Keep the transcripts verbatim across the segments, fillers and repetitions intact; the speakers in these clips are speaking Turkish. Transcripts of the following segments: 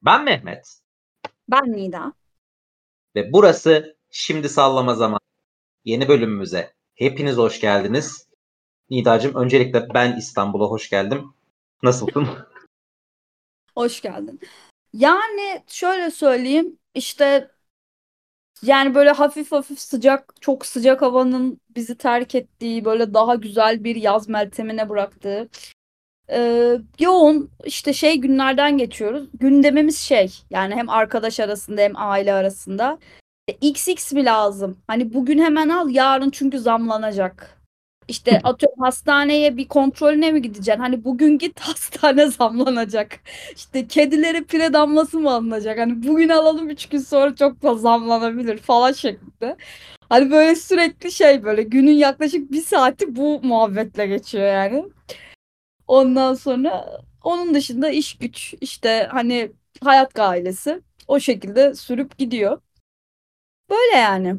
Ben Mehmet. Ben Nida. Ve burası Şimdi Sallama Zamanı. Yeni bölümümüze hepiniz hoş geldiniz. Nidacığım, öncelikle ben İstanbul'a hoş geldim. Nasılsın? Hoş geldin. Yani şöyle söyleyeyim işte yani böyle hafif hafif sıcak çok sıcak havanın bizi terk ettiği böyle daha güzel bir yaz meltemine bıraktığı e, yoğun işte şey günlerden geçiyoruz. Gündemimiz şey yani hem arkadaş arasında hem aile arasında. E, X X mi lazım? Hani bugün hemen al yarın çünkü zamlanacak. İşte atıyorum hastaneye bir kontrolüne mi gideceksin? Hani bugün git hastane zamlanacak. İşte kedilere pire damlası mı alınacak? Hani bugün alalım üç gün sonra çok da zamlanabilir falan şeklinde. Hani böyle sürekli şey böyle günün yaklaşık bir saati bu muhabbetle geçiyor yani. Ondan sonra onun dışında iş güç işte hani hayat gailesi o şekilde sürüp gidiyor. Böyle yani.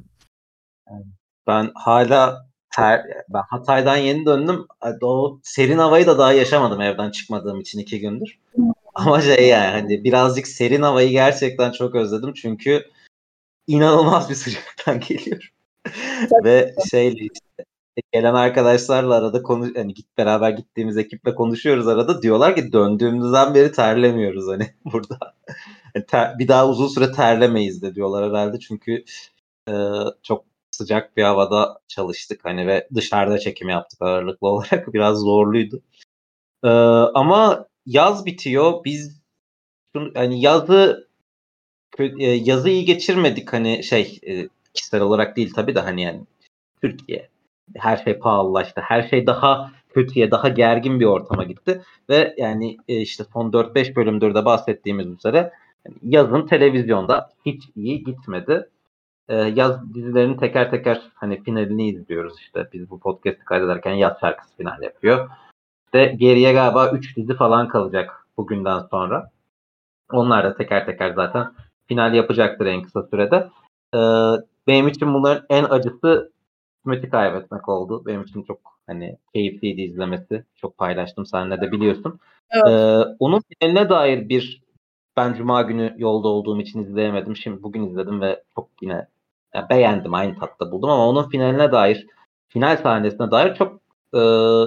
Ben hala ter, ben Hatay'dan yeni döndüm. O serin havayı da daha yaşamadım evden çıkmadığım için iki gündür. Ama şey yani hani birazcık serin havayı gerçekten çok özledim. Çünkü inanılmaz bir sıcaktan geliyor. Ve şeyle işte gelen arkadaşlarla arada konu hani git beraber gittiğimiz ekiple konuşuyoruz arada. Diyorlar ki döndüğümüzden beri terlemiyoruz hani burada. Yani ter, bir daha uzun süre terlemeyiz de diyorlar herhalde. Çünkü e, çok sıcak bir havada çalıştık hani ve dışarıda çekim yaptık ağırlıklı olarak. Biraz zorluydu. E, ama yaz bitiyor. Biz hani yazı yazı iyi geçirmedik hani şey kişisel olarak değil tabii de hani yani Türkiye. Her şey pahalılaştı. Her şey daha kötüye, daha gergin bir ortama gitti. Ve yani e, işte son dört beş bölümdür de bahsettiğimiz üzere yazın televizyonda hiç iyi gitmedi. E, yaz dizilerinin teker teker hani finalini izliyoruz işte. Biz bu podcast'i kaydederken yaz şarkısı final yapıyor. İşte geriye galiba üç dizi falan kalacak bugünden sonra. Onlar da teker teker zaten final yapacaktır en kısa sürede. E, benim için bunların en acısı Hikmet'i kaybetmek oldu. Benim için çok hani keyifliydi izlemesi. Çok paylaştım seninle de biliyorsun. Ee, Evet. onun finaline dair bir ben Cuma günü yolda olduğum için izleyemedim. Şimdi bugün izledim ve çok yine ya beğendim. Aynı tatta buldum ama onun finaline dair final sahnesine dair çok e,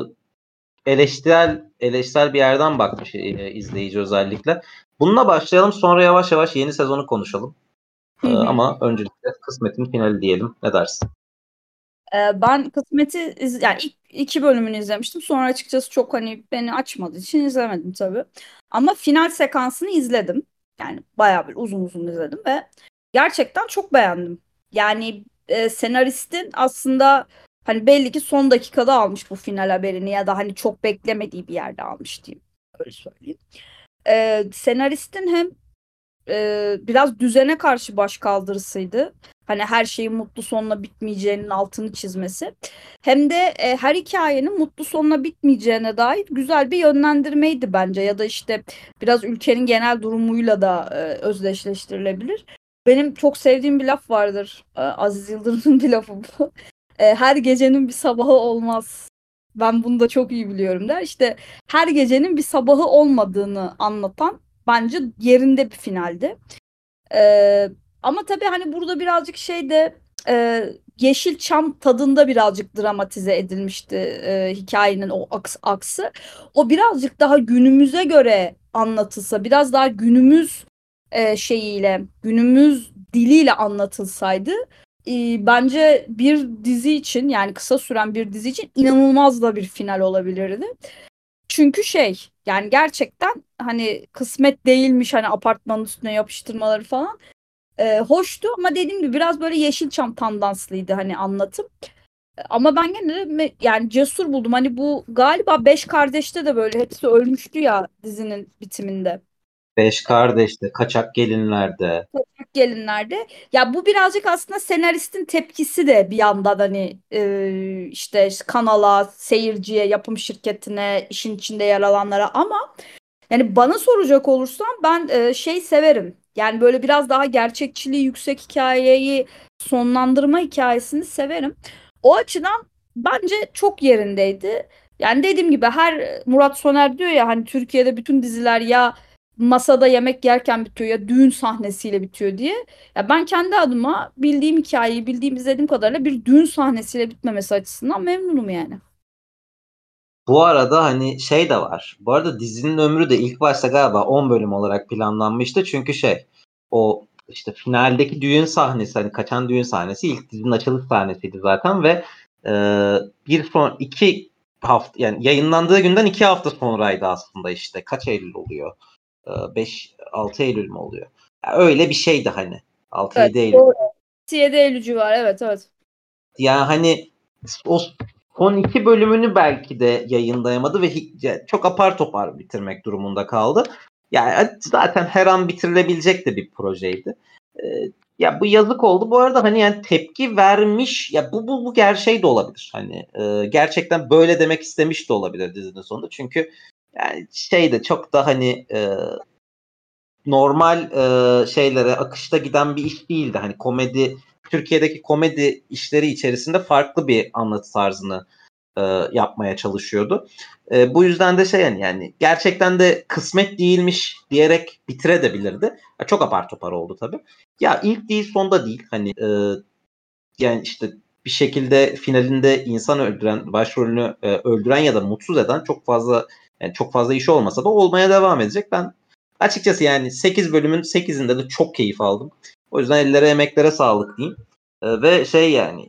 eleştirel eleştirel bir yerden bakmış e, izleyici özellikle. Bununla başlayalım sonra yavaş yavaş yeni sezonu konuşalım. Ee, Hı hı. ama öncelikle kısmetin finali diyelim. Ne dersin? Ee, ben Kısmet'i iz- yani ilk iki bölümünü izlemiştim. Sonra açıkçası çok hani beni açmadığı için izlemedim tabii. Ama final sekansını izledim. Yani bayağı bir uzun uzun izledim ve gerçekten çok beğendim. Yani e, senaristin aslında hani belli ki son dakikada almış bu final haberini ya da hani çok beklemediği bir yerde almış diyeyim. Öyle söyleyeyim. Ee, senaristin hem e, biraz düzene karşı başkaldırısıydı. Hani her şeyin mutlu sonla bitmeyeceğinin altını çizmesi. Hem de e, her hikayenin mutlu sonla bitmeyeceğine dair güzel bir yönlendirmeydi bence. Ya da işte biraz ülkenin genel durumuyla da e, özdeşleştirilebilir. Benim çok sevdiğim bir laf vardır. E, Aziz Yıldırım'ın bir lafı bu. E, her gecenin bir sabahı olmaz. Ben bunu da çok iyi biliyorum der. İşte her gecenin bir sabahı olmadığını anlatan bence yerinde bir finaldi. Ee, ama tabii hani burada birazcık şey de e, Yeşilçam tadında birazcık dramatize edilmişti e, hikayenin o aks- aksı. O birazcık daha günümüze göre anlatılsa, biraz daha günümüz e, şeyiyle, günümüz diliyle anlatılsaydı e, bence bir dizi için yani kısa süren bir dizi için inanılmaz da bir final olabilirdi. Çünkü şey yani gerçekten hani kısmet değilmiş hani apartmanın üstüne yapıştırmaları falan e, hoştu ama dediğim gibi biraz böyle Yeşilçam tandanslıydı hani anlatım. E, Ama ben gene de me- yani cesur buldum. Hani bu galiba Beş Kardeş'te de böyle hepsi ölmüştü ya dizinin bitiminde. Beş Kardeş'te, Kaçak Gelinler'de. Çocuk Gelinler'de. Ya bu birazcık aslında senaristin tepkisi de bir yandan hani e, işte kanala, seyirciye, yapım şirketine, işin içinde yer alanlara ama yani bana soracak olursan ben e, şey severim. Yani böyle biraz daha gerçekçiliği yüksek hikayeyi sonlandırma hikayesini severim. O açıdan bence çok yerindeydi. Yani dediğim gibi her Murat Soner diyor ya hani Türkiye'de bütün diziler ya masada yemek yerken bitiyor ya düğün sahnesiyle bitiyor diye. Ya ben kendi adıma bildiğim hikayeyi, bildiğim, izlediğim kadarıyla bir düğün sahnesiyle bitmemesi açısından memnunum yani. Bu arada hani şey de var. Bu arada dizinin ömrü de ilk başta galiba on bölüm olarak planlanmıştı. Çünkü şey o işte finaldeki düğün sahnesi, hani kaçan düğün sahnesi ilk dizinin açılış sahnesiydi zaten ve e, bir son iki hafta, yani yayınlandığı günden iki hafta sonraydı aslında işte. Kaç Eylül oluyor? beş altı Eylül mü oluyor? Yani öyle bir şeydi hani. altı yedi Evet, Eylül. yedi Eylül civarı, evet evet. Yani hani o son iki bölümünü belki de yayınlayamadı ve çok apar topar bitirmek durumunda kaldı. Yani zaten her an bitirilebilecek de bir projeydi. Ee, ya bu yazık oldu. Bu arada hani yani tepki vermiş, ya bu bu bu gerçeği de olabilir. Hani e, gerçekten böyle demek istemiş de olabilir dizinin sonunda. Çünkü yani şey de çok da hani e, normal e, şeylere akışta giden bir iş değildi. Hani komedi, Türkiye'deki komedi işleri içerisinde farklı bir anlatı tarzını e, yapmaya çalışıyordu. E, bu yüzden de şey yani, yani gerçekten de kısmet değilmiş diyerek bitirebilirdi. Ya çok apar topar oldu tabii. Ya ilk değil sonda değil. Hani e, yani işte bir şekilde finalinde insan öldüren, başrolünü e, öldüren ya da mutsuz eden çok fazla, yani çok fazla iş olmasa da olmaya devam edecek. Ben açıkçası yani sekiz bölümün sekizinde de çok keyif aldım. O yüzden ellere emeklere sağlık diyeyim. E, ve şey yani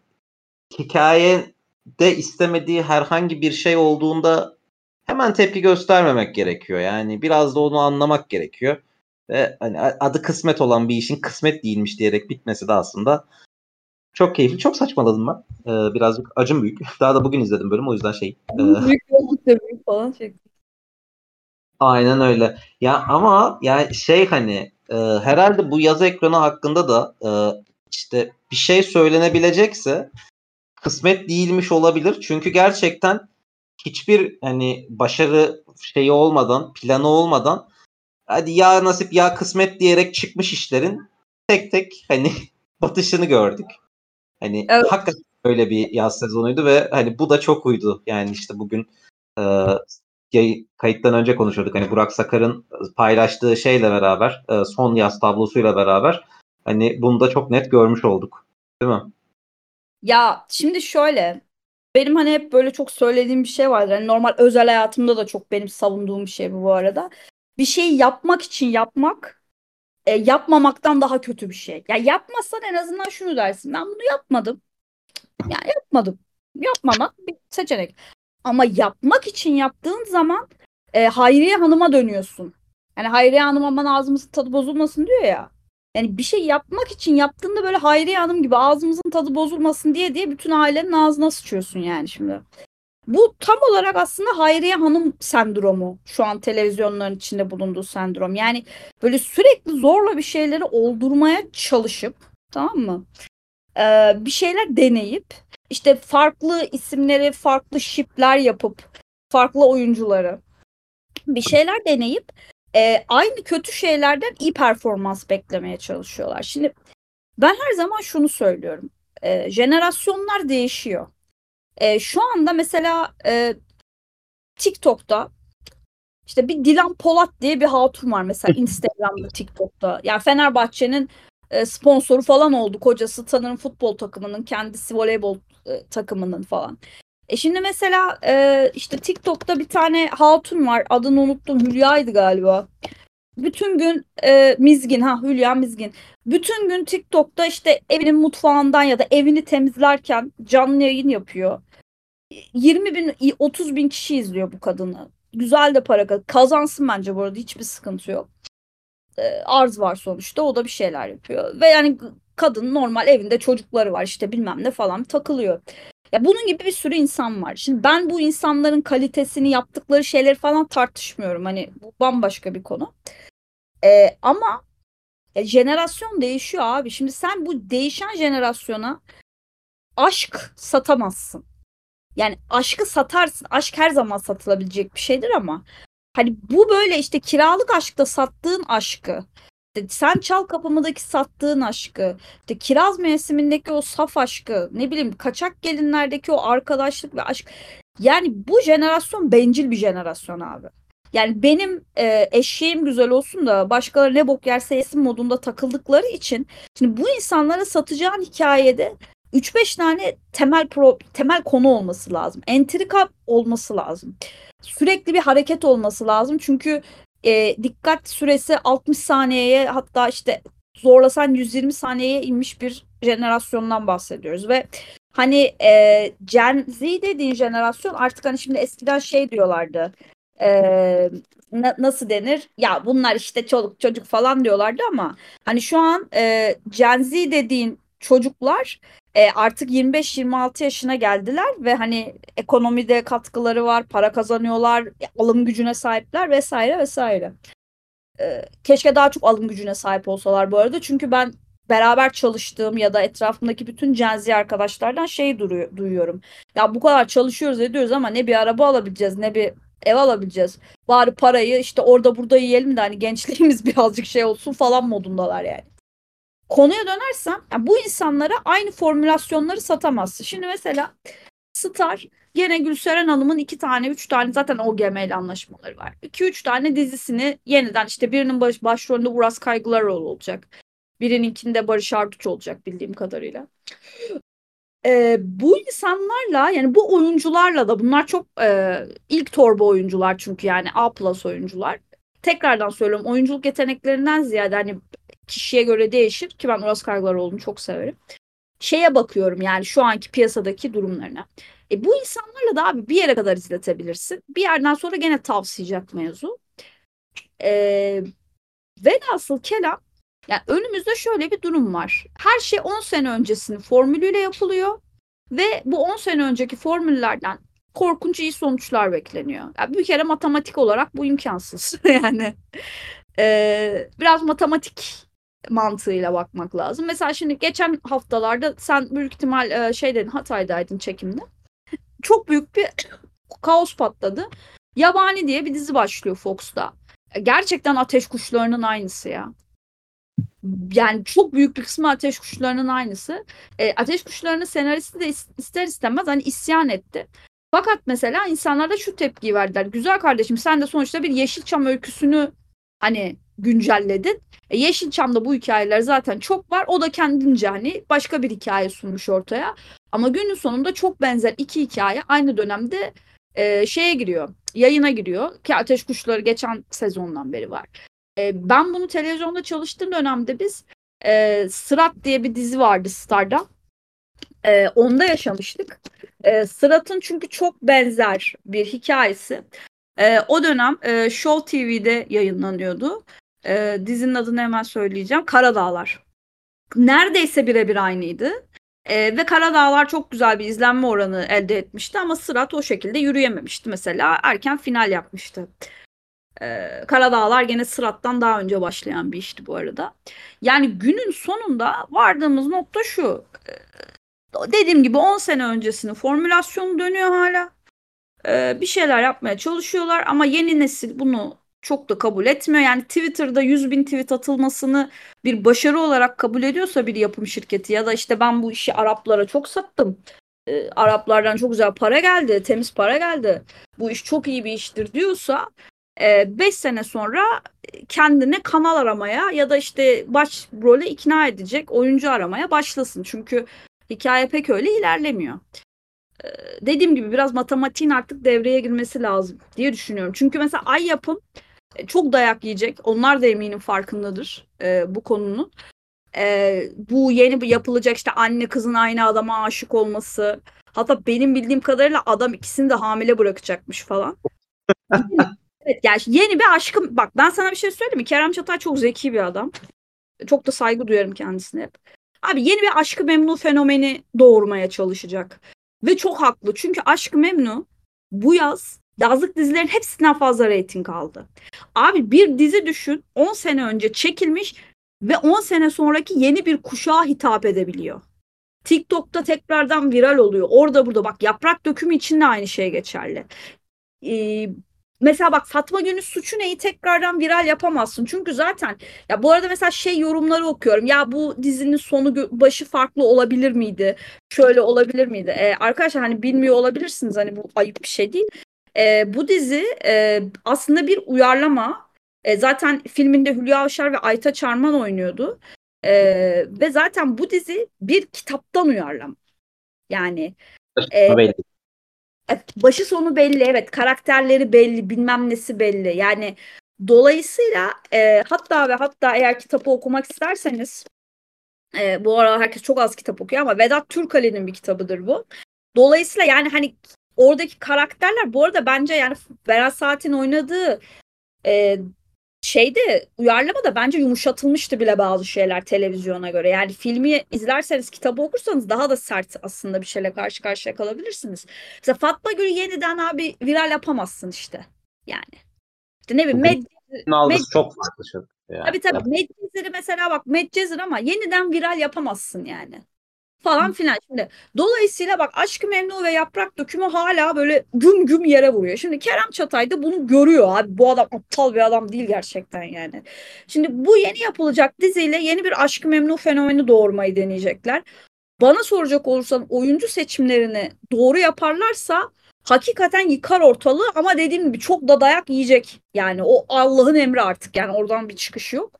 hikayede istemediği herhangi bir şey olduğunda hemen tepki göstermemek gerekiyor. Yani biraz da onu anlamak gerekiyor. Ve hani adı kısmet olan bir işin kısmet değilmiş diyerek bitmesi de aslında çok keyifli. Çok saçmaladım ben. Ee, birazcık acım büyük. Daha da bugün izledim bölümü, o yüzden şey. E, Büyük bir büyük falan çektim. aynen öyle. Ya ama yani şey hani e, herhalde bu yazı ekranı hakkında da e, işte bir şey söylenebilecekse kısmet değilmiş olabilir. Çünkü gerçekten hiçbir hani başarı şeyi olmadan, planı olmadan hadi ya nasip ya kısmet diyerek çıkmış işlerin tek tek hani batışını gördük. Hani Evet. hakikaten öyle bir yaz sezonuydu ve hani bu da çok uydu. Yani işte bugün e, kayıttan önce konuşuyorduk. Hani Burak Sakar'ın paylaştığı şeyle beraber, e, son yaz tablosuyla beraber hani bunu da çok net görmüş olduk. Değil mi? Ya şimdi şöyle, benim hani hep böyle çok söylediğim bir şey vardır. Hani normal özel hayatımda da çok benim savunduğum bir şey bu bu arada. Bir şeyi yapmak için yapmak e, yapmamaktan daha kötü bir şey. Ya yapmazsan en azından şunu dersin: ben bunu yapmadım. Yani yapmadım. Yapmamak bir seçenek. Ama yapmak için yaptığın zaman e, Hayriye Hanım'a dönüyorsun. Yani Hayriye Hanım aman ağzımızın tadı bozulmasın diyor ya. Yani bir şey yapmak için yaptığında böyle Hayriye Hanım gibi ağzımızın tadı bozulmasın diye diye bütün ailenin ağzına sıçıyorsun yani şimdi. Bu tam olarak aslında Hayriye Hanım sendromu. Şu an televizyonların içinde bulunduğu sendrom. Yani böyle sürekli zorla bir şeyleri oldurmaya çalışıp, tamam mı? Ee, bir şeyler deneyip işte farklı isimleri, farklı şipler yapıp farklı oyuncuları bir şeyler deneyip e, aynı kötü şeylerden iyi performans beklemeye çalışıyorlar. Şimdi ben her zaman şunu söylüyorum. E, jenerasyonlar değişiyor. E, şu anda mesela e, TikTok'ta işte bir Dilan Polat diye bir hatun var mesela Instagram'da, TikTok'ta. Yani Fenerbahçe'nin e, sponsoru falan oldu. Kocası sanırım futbol takımının, kendisi voleybol e, takımının falan. E şimdi mesela e, işte TikTok'ta bir tane hatun var. Adını unuttum. Hülya'ydı galiba. Bütün gün e, Mizgin, ha Hülya Mizgin. Bütün gün TikTok'ta işte evinin mutfağından ya da evini temizlerken canlı yayın yapıyor. yirmi bin, otuz bin kişi izliyor bu kadını. Güzel de para kazansın bence, bu arada hiçbir sıkıntı yok. E, arz var sonuçta, o da bir şeyler yapıyor. Ve yani kadın normal evinde çocukları var işte bilmem ne falan takılıyor. Ya bunun gibi bir sürü insan var. Şimdi ben bu insanların kalitesini, yaptıkları şeyleri falan tartışmıyorum. Hani bu bambaşka bir konu. E, ama e, jenerasyon değişiyor abi. Şimdi sen bu değişen jenerasyona aşk satamazsın. Yani aşkı satarsın. Aşk her zaman satılabilecek bir şeydir ama hani bu böyle işte kiralık aşkta sattığın aşkı, işte Sen Çal Kapımı'daki sattığın aşkı, işte Kiraz Mevsimi'ndeki o saf aşkı, ne bileyim Kaçak Gelinler'deki o arkadaşlık ve aşk. Yani bu jenerasyon bencil bir jenerasyon abi. Yani benim e, eşeğim güzel olsun da başkaları ne bok yerse yesin modunda takıldıkları için şimdi bu insanlara satacağın hikayede üç beş tane temel pro, temel konu olması lazım. Entrika olması lazım. Sürekli bir hareket olması lazım. Çünkü e, dikkat süresi altmış saniyeye, hatta işte zorlasan yüz yirmi saniyeye inmiş bir jenerasyondan bahsediyoruz ve hani e, Gen Z dediğin jenerasyon artık, hani şimdi eskiden şey diyorlardı, e, na- nasıl denir? Ya bunlar işte çoluk çocuk falan diyorlardı ama hani şu an e, Gen Z dediğin çocuklar e, artık yirmi beş yirmi altı yaşına geldiler ve hani ekonomide katkıları var, para kazanıyorlar, alım gücüne sahipler vesaire vesaire. E, keşke daha çok alım gücüne sahip olsalar bu arada. Çünkü ben beraber çalıştığım ya da etrafımdaki bütün Gen Z arkadaşlardan şey duruyor, duyuyorum. Ya bu kadar çalışıyoruz ediyoruz ama ne bir araba alabileceğiz ne bir ev alabileceğiz. Bari parayı işte orada burada yiyelim de hani gençliğimiz birazcık şey olsun falan modundalar yani. Konuya dönersem yani bu insanlara aynı formülasyonları satamazsın. Şimdi mesela Star, gene Gülseren Hanım'ın iki tane üç tane zaten O G M ile anlaşmaları var. iki üç tane dizisini yeniden, işte birinin baş, başrolünde Uras Kaygılaroğlu olacak. Birininkinde Barış Arduç olacak bildiğim kadarıyla. Ee, bu insanlarla, yani bu oyuncularla da, bunlar çok e, ilk torba oyuncular çünkü, yani A plus oyuncular. Tekrardan söylüyorum, oyunculuk yeteneklerinden ziyade hani kişiye göre değişir ki ben Uras Kaygılaroğlu'nu çok severim. Şeye bakıyorum yani şu anki piyasadaki durumlarına. E bu insanlarla da abi bir yere kadar izletebilirsin. Bir yerden sonra gene tavsayacak mevzu. E, velhasıl kelam, yani önümüzde şöyle bir durum var. Her şey on sene öncesinin formülüyle yapılıyor ve bu on sene önceki formüllerden korkunç iyi sonuçlar bekleniyor. Yani bir kere matematik olarak bu imkansız. yani e, biraz matematik mantığıyla bakmak lazım. Mesela şimdi geçen haftalarda sen büyük ihtimal e, şeyden Hatay'daydın çekimde. Çok büyük bir kaos patladı. Yabani diye bir dizi başlıyor Fox'ta. Gerçekten Ateş Kuşları'nın aynısı ya. Yani çok büyük bir kısmı Ateş Kuşları'nın aynısı. E, Ateş Kuşları'nın senaristi de ister istemez hani isyan etti. Fakat mesela insanlar da şu tepkiyi verdiler. Güzel kardeşim, sen de sonuçta bir Yeşilçam öyküsünü hani güncelledin. E, Yeşilçam'da bu hikayeler zaten çok var. O da kendince hani başka bir hikaye sunmuş ortaya. Ama günün sonunda çok benzer iki hikaye aynı dönemde e, şeye giriyor. Yayına giriyor. Ki Ateş Kuşları geçen sezondan beri var. E, ben bunu televizyonda çalıştığım dönemde biz e, Sırat diye bir dizi vardı Star'da. E, onda yaşamıştık. E, Sırat'ın çünkü çok benzer bir hikayesi. E, o dönem e, Show T V'de yayınlanıyordu. E, dizinin adını hemen söyleyeceğim. Karadağlar. Neredeyse birebir aynıydı. E, ve Karadağlar çok güzel bir izlenme oranı elde etmişti ama Sırat o şekilde yürüyememişti mesela. Erken final yapmıştı. Ee, Karadağlar gene Sırat'tan daha önce başlayan bir işti bu arada. Yani günün sonunda vardığımız nokta şu. Ee, dediğim gibi on sene öncesinin formülasyonu dönüyor hala. Ee, bir şeyler yapmaya çalışıyorlar ama yeni nesil bunu çok da kabul etmiyor. Yani Twitter'da yüz bin tweet atılmasını bir başarı olarak kabul ediyorsa bir yapım şirketi ya da işte ben bu işi Araplara çok sattım. Ee, Araplardan çok güzel para geldi, temiz para geldi. Bu iş çok iyi bir iştir diyorsa beş sene sonra kendine kanal aramaya ya da işte başrole ikna edecek oyuncu aramaya başlasın. Çünkü hikaye pek öyle ilerlemiyor. Ee, dediğim gibi biraz matematiğin artık devreye girmesi lazım diye düşünüyorum. Çünkü mesela Ay Yapım e, çok dayak yiyecek. Onlar da eminim farkındadır e, bu konunun. E, bu yeni bir yapılacak işte anne kızın aynı adama aşık olması. Hatta benim bildiğim kadarıyla adam ikisini de hamile bırakacakmış falan. Evet, yani yeni bir aşkım, bak ben sana bir şey söyleyeyim mi? Kerem Çatay çok zeki bir adam. Çok da saygı duyarım kendisine hep. Abi yeni bir Aşk-ı Memnu fenomeni doğurmaya çalışacak. Ve çok haklı. Çünkü Aşk-ı Memnu bu yaz yazlık dizilerin hepsinden fazla reyting aldı. Abi bir dizi düşün, on sene önce çekilmiş ve on sene sonraki yeni bir kuşağa hitap edebiliyor. TikTok'ta tekrardan viral oluyor. Orada burada bak, Yaprak Dökümü için de aynı şey geçerli. Ee, mesela bak, Fatma Gönül Suçu Neyi tekrardan viral yapamazsın. Çünkü zaten ya bu arada mesela şey yorumları okuyorum. Ya bu dizinin sonu başı farklı olabilir miydi? Şöyle olabilir miydi? Ee, arkadaşlar hani bilmiyor olabilirsiniz. Hani bu ayıp bir şey değil. E, bu dizi e, aslında bir uyarlama. E, zaten filminde Hülya Avşar ve Aytaç Arman oynuyordu. E, ve zaten bu dizi bir kitaptan uyarlama. Yani e, Belli. başı sonu belli, evet, karakterleri belli, bilmem nesi belli. Yani dolayısıyla e, hatta ve hatta eğer kitabı okumak isterseniz, e, bu arada herkes çok az kitap okuyor ama Vedat Türkali'nin bir kitabıdır bu. Dolayısıyla yani hani oradaki karakterler, bu arada bence yani Berat Saat'in oynadığı e, şeyde, uyarlamada bence yumuşatılmıştı bile bazı şeyler televizyona göre. Yani filmi izlerseniz, kitabı okursanız daha da sert aslında bir şeyle karşı karşıya kalabilirsiniz. Mesela Fatma Gül'ü yeniden abi viral yapamazsın işte. Yani. İşte ne bileyim Bugün Med, Med, algısı çok farklı çok. Yani. tabii tabii Medcezir'i mesela, bak Medcezir, ama yeniden viral yapamazsın yani. Falan filan. Şimdi dolayısıyla bak, Aşk-ı Memnu ve Yaprak Dökümü hala böyle güm güm yere vuruyor. Şimdi Kerem Çatay da bunu görüyor abi. Bu adam aptal bir adam değil gerçekten yani. Şimdi bu yeni yapılacak diziyle yeni bir Aşk-ı Memnu fenomeni doğurmayı deneyecekler. Bana soracak olursan, oyuncu seçimlerini doğru yaparlarsa hakikaten yıkar ortalığı, ama dediğim gibi çok da dayak yiyecek. Yani o Allah'ın emri artık, yani oradan bir çıkış yok.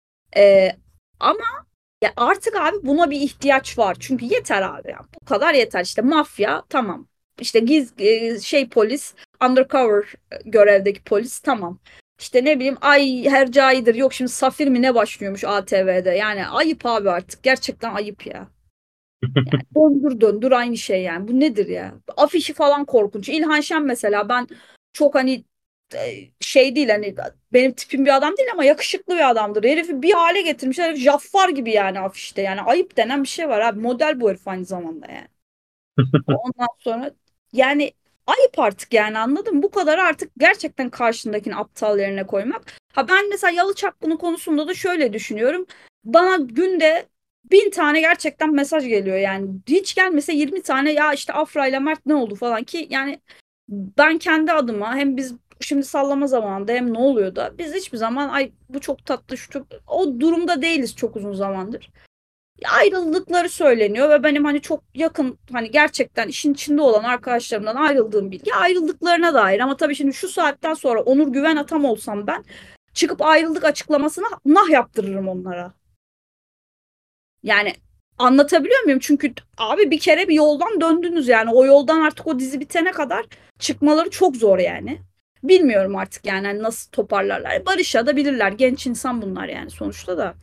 Ee, ama ya artık abi buna bir ihtiyaç var. Çünkü yeter abi ya. Bu kadar yeter. İşte mafya tamam. İşte giz e, şey polis, undercover görevdeki polis tamam. İşte ne bileyim Ay Hercai'dir. Yok şimdi Safir mi ne başlıyormuş A T V'de. Yani ayıp abi artık. Gerçekten ayıp ya. Yani döndür döndür aynı şey yani. Bu nedir ya? Afişi falan korkunç. İlhan Şen mesela, ben çok hani e, şey değil, hani benim tipim bir adam değil ama yakışıklı bir adamdır. Herifi bir hale getirmiş. Herif Jaffar gibi yani afişte. Yani ayıp denen bir şey var abi. Model bu herif aynı zamanda yani. Ondan sonra yani ayıp artık, yani anladın mı? Bu kadar artık gerçekten karşındakini aptal yerine koymak. Ha ben mesela Yalı Çapkını konusunda da şöyle düşünüyorum. Bana günde bin tane gerçekten mesaj geliyor yani. Hiç gelmese yirmi tane, ya işte Afra ile Mert ne oldu falan, ki yani ben kendi adıma, hem biz şimdi sallama zamanında hem ne oluyor da, biz hiçbir zaman ay bu çok tatlı şu çok, o durumda değiliz çok uzun zamandır. Ayrıldıkları söyleniyor ve benim hani çok yakın, hani gerçekten işin içinde olan arkadaşlarımdan ayrıldığım bilgi ayrıldıklarına dair. Ama tabii şimdi şu saatten sonra Onur Güven Atam olsam ben, çıkıp ayrıldık açıklamasına nah yaptırırım onlara. Yani anlatabiliyor muyum? Çünkü abi bir kere bir yoldan döndünüz, yani o yoldan artık o dizi bitene kadar çıkmaları çok zor yani. Bilmiyorum artık yani hani nasıl toparlarlar. Barışabilirler. Genç insan bunlar yani sonuçta da.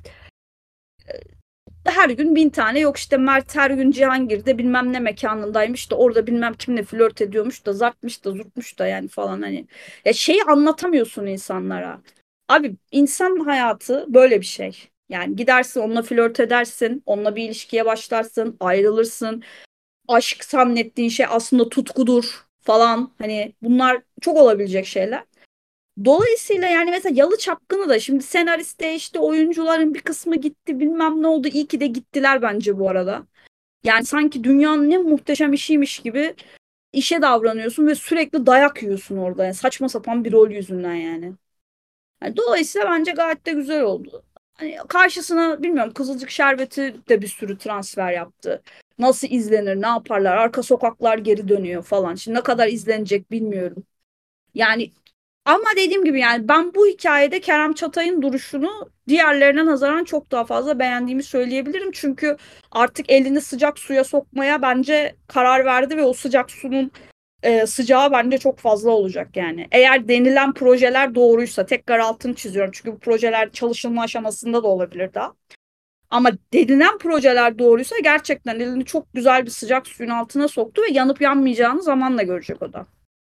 Her gün bin tane, yok işte Mert her gün Cihangir'de bilmem ne mekanındaymış da orada bilmem kimle flört ediyormuş da zartmış da zurtmuş da yani falan hani. Ya şeyi anlatamıyorsun insanlara. Abi insan hayatı böyle bir şey. Yani gidersin onunla flört edersin, onunla bir ilişkiye başlarsın, ayrılırsın. Aşk zannettiğin şey aslında tutkudur falan. Hani bunlar çok olabilecek şeyler. Dolayısıyla yani mesela Yalı Çapkını da şimdi senarist değişti, oyuncuların bir kısmı gitti, bilmem ne oldu. İyi ki de gittiler bence bu arada. Yani sanki dünyanın en muhteşem işiymiş gibi işe davranıyorsun ve sürekli dayak yiyorsun orada. Yani saçma sapan bir rol yüzünden yani. Yani dolayısıyla bence gayet de güzel oldu. Hani karşısına bilmiyorum, Kızılcık Şerbeti de bir sürü transfer yaptı. Nasıl izlenir, ne yaparlar? Arka Sokaklar geri dönüyor falan. Şimdi ne kadar izlenecek bilmiyorum. Yani ama dediğim gibi yani ben bu hikayede Kerem Çatay'ın duruşunu diğerlerine nazaran çok daha fazla beğendiğimi söyleyebilirim. Çünkü artık elini sıcak suya sokmaya bence karar verdi ve o sıcak suyun e, sıcağı bence çok fazla olacak yani. Eğer denilen projeler doğruysa, tekrar altını çiziyorum. Çünkü bu projeler çalışılma aşamasında da olabilir daha. Ama denilen projeler doğruysa gerçekten elini çok güzel bir sıcak suyun altına soktu ve yanıp yanmayacağını zamanla görecek o da.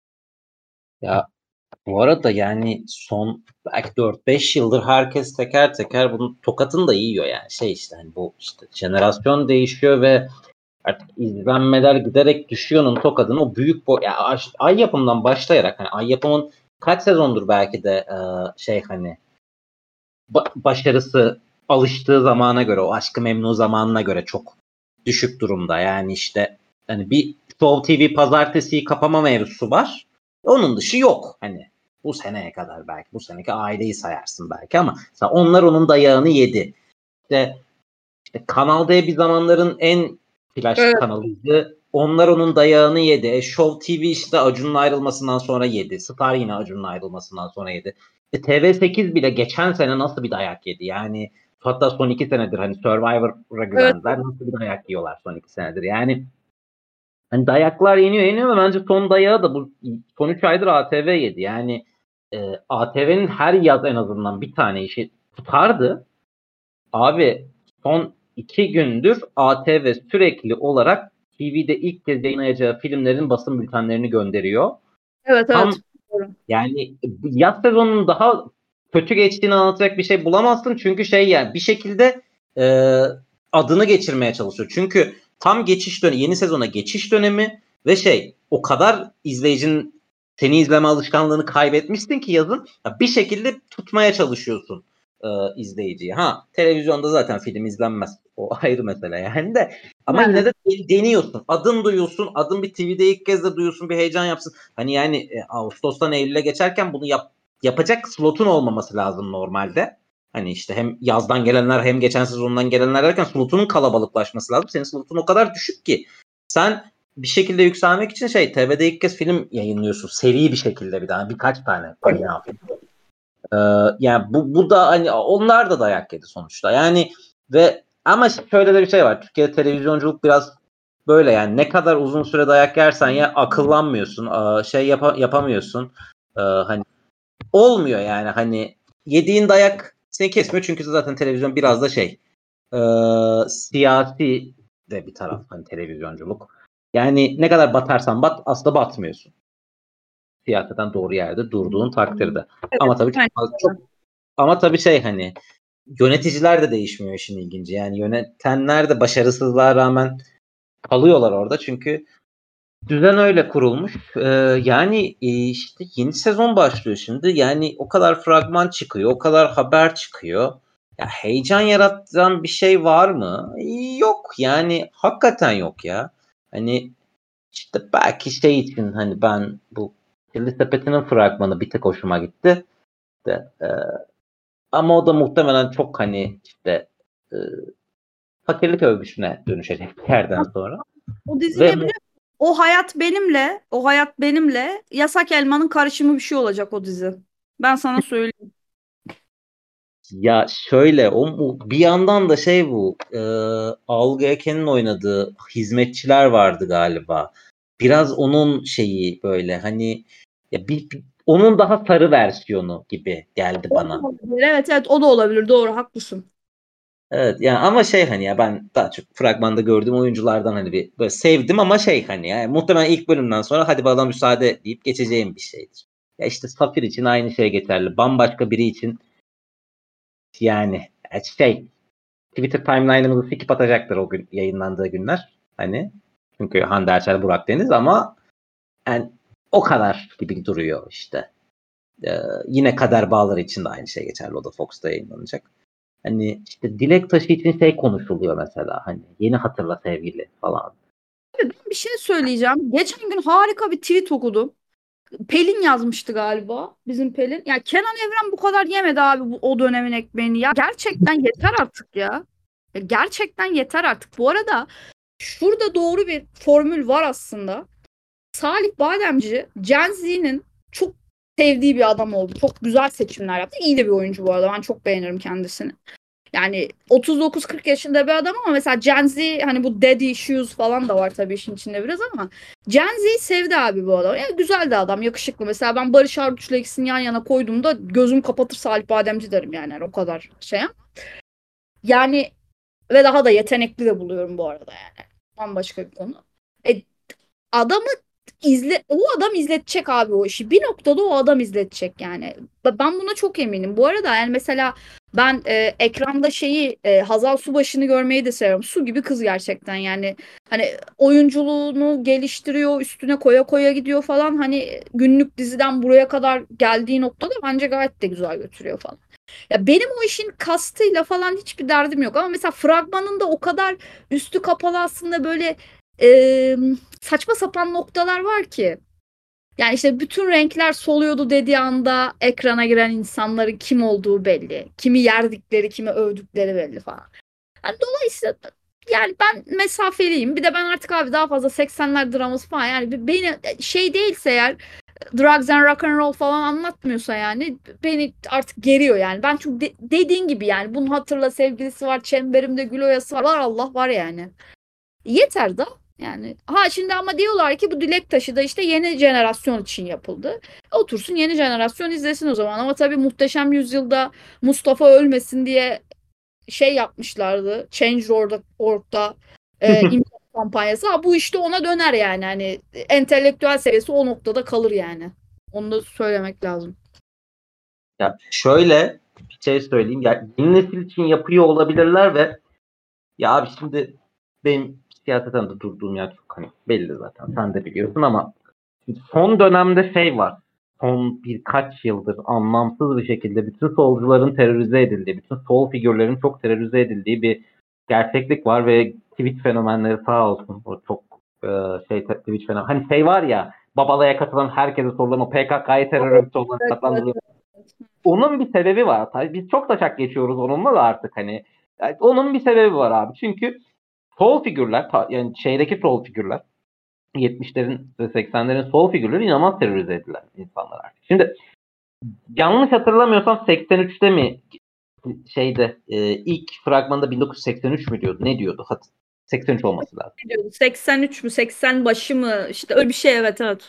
Ya bu arada yani son belki dört beş yıldır herkes teker teker bunun tokatını da yiyor yani. Şey işte hani bu işte jenerasyon değişiyor ve artık izlenmeler giderek düşüyor'nun tokadını o büyük bo ya Ay, Ay Yapım'dan başlayarak hani Ay Yapım'ın kaç sezondur belki de e, şey hani ba- başarısı alıştığı zamana göre, o Aşk-ı Memnu zamanına göre çok düşük durumda. Yani işte hani bir Show T V pazartesiyi kapama mevzusu var. Onun dışı yok. Hani bu seneye kadar belki bu seneki aileyi sayarsın belki ama onlar onun dayağını yedi. İşte, işte Kanal D bir zamanların en flash Evet. kanalıydı. onlar onun dayağını yedi. E, Show T V işte Acun'un ayrılmasından sonra yedi. Star yine Acun'un ayrılmasından sonra yedi. E, T V sekiz bile geçen sene nasıl bir dayak yedi? Yani hatta son iki senedir hani Survivor'a güvendiler. Evet. Nasıl bir dayak yiyorlar son iki senedir? Yani hani dayaklar yeniyor yeniyor ama bence son dayağı da bu son üç aydır A T V yedi. Yani e, A T V'nin her yaz en azından bir tane işi tutardı. Abi son iki gündür A T V sürekli olarak T V'de ilk kez yayınlayacağı filmlerin basın bültenlerini gönderiyor. Evet Tam, evet. yani yaz sezonunun daha kötü geçtiğini anlatacak bir şey bulamazsın. Çünkü şey yani bir şekilde e, adını geçirmeye çalışıyor. Çünkü tam geçiş dönemi, yeni sezona geçiş dönemi ve şey o kadar izleyicinin seni izleme alışkanlığını kaybetmişsin ki yazın ya bir şekilde tutmaya çalışıyorsun e, izleyiciyi. Ha televizyonda zaten film izlenmez. O ayrı mesele yani de. Ama yani. Yine de deniyorsun. Adın duyuyorsun. Adın bir T V'de ilk kez de duyuyorsun. Bir heyecan yapsın. Hani yani e, Ağustos'tan Eylül'e geçerken bunu yap, yapacak slotun olmaması lazım normalde. Hani işte hem yazdan gelenler hem geçen sezondan gelenler derken slotunun kalabalıklaşması lazım. Senin slotun o kadar düşük ki. Sen bir şekilde yükselmek için şey T V'de ilk kez film yayınlıyorsun. Seri bir şekilde bir daha. Birkaç tane. Ee, yani bu, bu da hani onlar da dayak yedi sonuçta. Yani ve ama şöyle de bir şey var. Türkiye'de televizyonculuk biraz böyle yani ne kadar uzun süre dayak yersen ya akıllanmıyorsun, şey yap- yapamıyorsun. Ee, hani olmuyor yani hani yediğin dayak seni kesmiyor çünkü zaten televizyon biraz da şey e, siyasi de bir taraf hani televizyonculuk. Yani ne kadar batarsan bat aslında batmıyorsun. Siyaseten doğru yerde durduğun takdirde. Evet, ama tabii çok, çok ama tabii şey hani yöneticiler de değişmiyor işin ilginci. Yani yönetenler de başarısızlığa rağmen kalıyorlar orada çünkü düzen öyle kurulmuş. Ee, yani e, işte yeni sezon başlıyor şimdi. Yani o kadar fragman çıkıyor, o kadar haber çıkıyor. Ya heyecan yaratan bir şey var mı? Yok. Yani hakikaten yok ya. Hani işte belki şey için hani ben bu Kirli Sepeti'nin fragmanı bir tek hoşuma gitti. De, e, ama o da muhtemelen çok hani işte e, fakirlik övgüsüne dönüşecek bir yerden sonra. O dizi ne biliyor? O hayat benimle, o hayat benimle Yasak Elma'nın karışımı bir şey olacak o dizi. Ben sana söyleyeyim. Ya şöyle o bir yandan da şey bu e, Algı Eken'in oynadığı hizmetçiler vardı galiba. Biraz onun şeyi böyle hani ya bir, bir onun daha sarı versiyonu gibi geldi bana. Evet evet o da olabilir doğru haklısın. Evet yani ama şey hani ya ben daha çok fragmanda gördüğüm oyunculardan hani bir böyle sevdim ama şey hani yani muhtemelen ilk bölümden sonra hadi bana müsaade deyip geçeceğim bir şeydir. Ya işte Safir için aynı şey geçerli. Bambaşka biri için yani şey Twitter timeline'ımızı sikip atacaktır o gün yayınlandığı günler. Hani çünkü Hande Erçel, Burak Deniz ama yani o kadar gibi duruyor işte. Ee, yine Kader Bağları için de aynı şey geçerli. O da Fox'ta yayınlanacak. Hani işte Dilek Taşı için şey konuşuluyor mesela. Hani yeni hatırla sevgili falan. Ben bir şey söyleyeceğim. Geçen gün harika bir tweet okudum. Pelin yazmıştı galiba. Bizim Pelin. Ya Kenan Evren bu kadar yemedi abi bu, o dönemin ekmeğini ya. Gerçekten yeter artık ya. Ya gerçekten yeter artık. Bu arada şurada doğru bir formül var aslında. Salih Bademci Gen Z'nin çok sevdiği bir adam oldu. Çok güzel seçimler yaptı. İyi de bir oyuncu bu arada. Ben çok beğenirim kendisini. Yani otuz dokuz kırk yaşında bir adam ama mesela Gen Z hani bu daddy issues falan da var tabii işin içinde biraz ama Gen Z'yi sevdi abi bu adam. Yani güzel de adam, yakışıklı. Mesela ben Barış Arduç'la ikisini yan yana koyduğumda gözüm kapatır Salih Bademci derim yani. yani o kadar şey. Yani ve daha da yetenekli de buluyorum bu arada yani. Bambaşka bir konu. E, adamı izle o adam izletecek abi o işi. Bir noktada o adam izletecek yani. Ben buna çok eminim. Bu arada yani mesela ben e, ekranda şeyi e, Hazal Subaşı'nı görmeyi de seviyorum. Su gibi kız gerçekten yani. Hani oyunculuğunu geliştiriyor, üstüne koya koya gidiyor falan. Hani günlük diziden buraya kadar geldiği noktada bence gayet de güzel götürüyor falan. Ya benim o işin kastıyla falan hiçbir derdim yok ama mesela fragmanında o kadar üstü kapalı aslında böyle e, saçma sapan noktalar var ki. Yani işte bütün renkler soluyordu dediği anda ekrana giren insanların kim olduğu belli. Kimi yerdikleri, kimi övdükleri belli falan. Yani dolayısıyla yani ben mesafeliyim. Bir de ben artık abi daha fazla seksenler draması falan yani beni şey değilse eğer drugs and rock and roll falan anlatmıyorsa yani beni artık geriyor yani. Ben çünkü de, dediğin gibi yani bunu hatırla sevgilisi var, çemberimde gül oyası var, var Allah var yani. Yeter da yani. Ha şimdi ama diyorlar ki bu dilek taşı da işte yeni jenerasyon için yapıldı. Otursun yeni jenerasyon izlesin o zaman. Ama tabii Muhteşem Yüzyılda Mustafa ölmesin diye şey yapmışlardı. Change nokta org'da e, imza kampanyası. Ha, bu işte ona döner yani. Hani entelektüel seviyesi o noktada kalır yani. Onu da söylemek lazım. Ya şöyle bir şey söyleyeyim. Ya yeni nesil için yapıyor olabilirler ve ya abi şimdi benim siyaseten de durduğum yer çok hani belli zaten. Sen de biliyorsun ama son dönemde şey var. Son birkaç yıldır anlamsız bir şekilde bütün solcuların terörize edildiği, bütün sol figürlerin çok terörize edildiği bir gerçeklik var ve Twitch fenomenleri sağ olsun. O çok e, şey Twitch fenomen. Hani şey var ya, Babala'ya katılan herkese sorulan o P K K'yı terör örgütü olarak Evet, evet, adlandırılıyor. evet. Onun bir sebebi var. Tabii biz çok taşak geçiyoruz onunla da artık hani. Yani onun bir sebebi var abi. Çünkü sol figürler, yani şeydeki sol figürler, yetmişlerin ve seksenlerin sol figürleri inanılmaz terörize edilen insanlar artık. Şimdi yanlış hatırlamıyorsam seksen üçte mi şeyde e, ilk fragmanda bin dokuz yüz seksen üç mü diyordu? Ne diyordu? Hat seksen üç olması lazım. seksen üç mü seksen başı mı işte öyle bir şey, evet evet.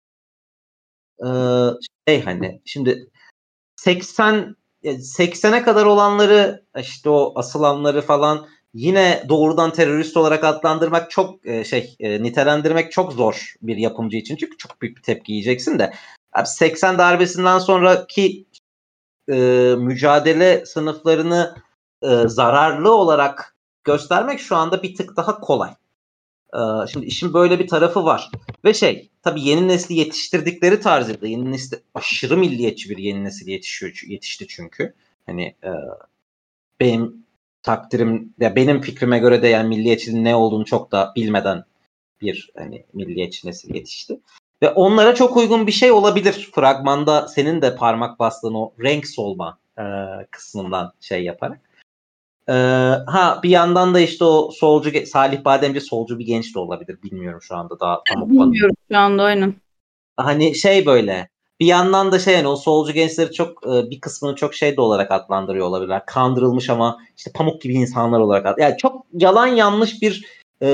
Ee, şey hani şimdi seksen seksene kadar olanları işte o asılanları falan yine doğrudan terörist olarak adlandırmak çok e, şey e, nitelendirmek çok zor bir yapımcı için. Çünkü çok büyük bir tepki yiyeceksin de. Abi seksen darbesinden sonraki e, mücadele sınıflarını e, zararlı olarak göstermek şu anda bir tık daha kolay. E, şimdi işin böyle bir tarafı var. Ve şey tabii yeni nesli yetiştirdikleri tarzıyla yeni nesli aşırı milliyetçi bir yeni nesil yetişiyor, yetişti çünkü. Hani e, benim takdirim ya benim fikrime göre de yani milliyetçiliğin ne olduğunu çok da bilmeden bir hani milliyetçi nesil yetişti. Ve onlara çok uygun bir şey olabilir. Fragmanda senin de parmak bastığın o renk solma e, kısmından şey yaparak. E, ha bir yandan da işte o solcu Salih Bademci solcu bir genç de olabilir. Bilmiyorum şu anda daha tam o konu. Bilmiyorum şu anda aynen. Hani şey böyle bir yandan da şey yani o solcu gençleri çok e, bir kısmını çok şey de olarak adlandırıyor olabilirler. Kandırılmış ama işte pamuk gibi insanlar olarak. Yani çok yalan yanlış bir e,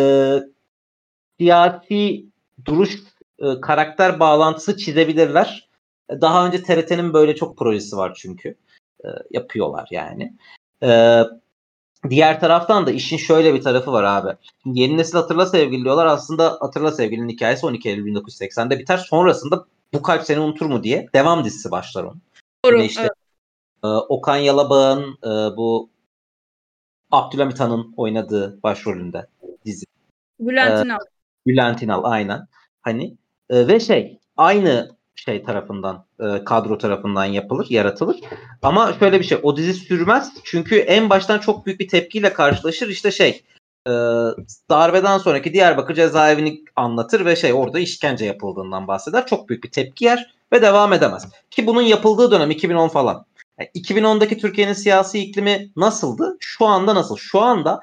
siyasi duruş e, karakter bağlantısı çizebilirler. Daha önce T R T'nin böyle çok projesi var çünkü. E, yapıyorlar yani. E, diğer taraftan da işin şöyle bir tarafı var abi. Şimdi yeni nesil Hatırla Sevgili diyorlar. Aslında Hatırla Sevgili'nin hikayesi on iki Eylül bin dokuz yüz seksende biter. Sonrasında Bu Kalp Seni Unutur mu diye devam dizisi başlar onun. Yine Doğru, işte evet. e, Okan Yalabağ'ın e, bu Abdülhamit Han'ın oynadığı başrolünde dizi. E, Bülent İnal. Bülent İnal aynen. Hani e, ve şey aynı şey tarafından e, kadro tarafından yapılır, yaratılır. Ama şöyle bir şey o dizi sürmez. Çünkü en baştan çok büyük bir tepkiyle karşılaşır. İşte şey e, darbeden sonraki Diyarbakır cezaevini anlatır ve şey orada işkence yapıldığından bahseder. Çok büyük bir tepki yer ve devam edemez. Ki bunun yapıldığı dönem iki bin on falan. Yani iki bin ondaki Türkiye'nin siyasi iklimi nasıldı? Şu anda nasıl? Şu anda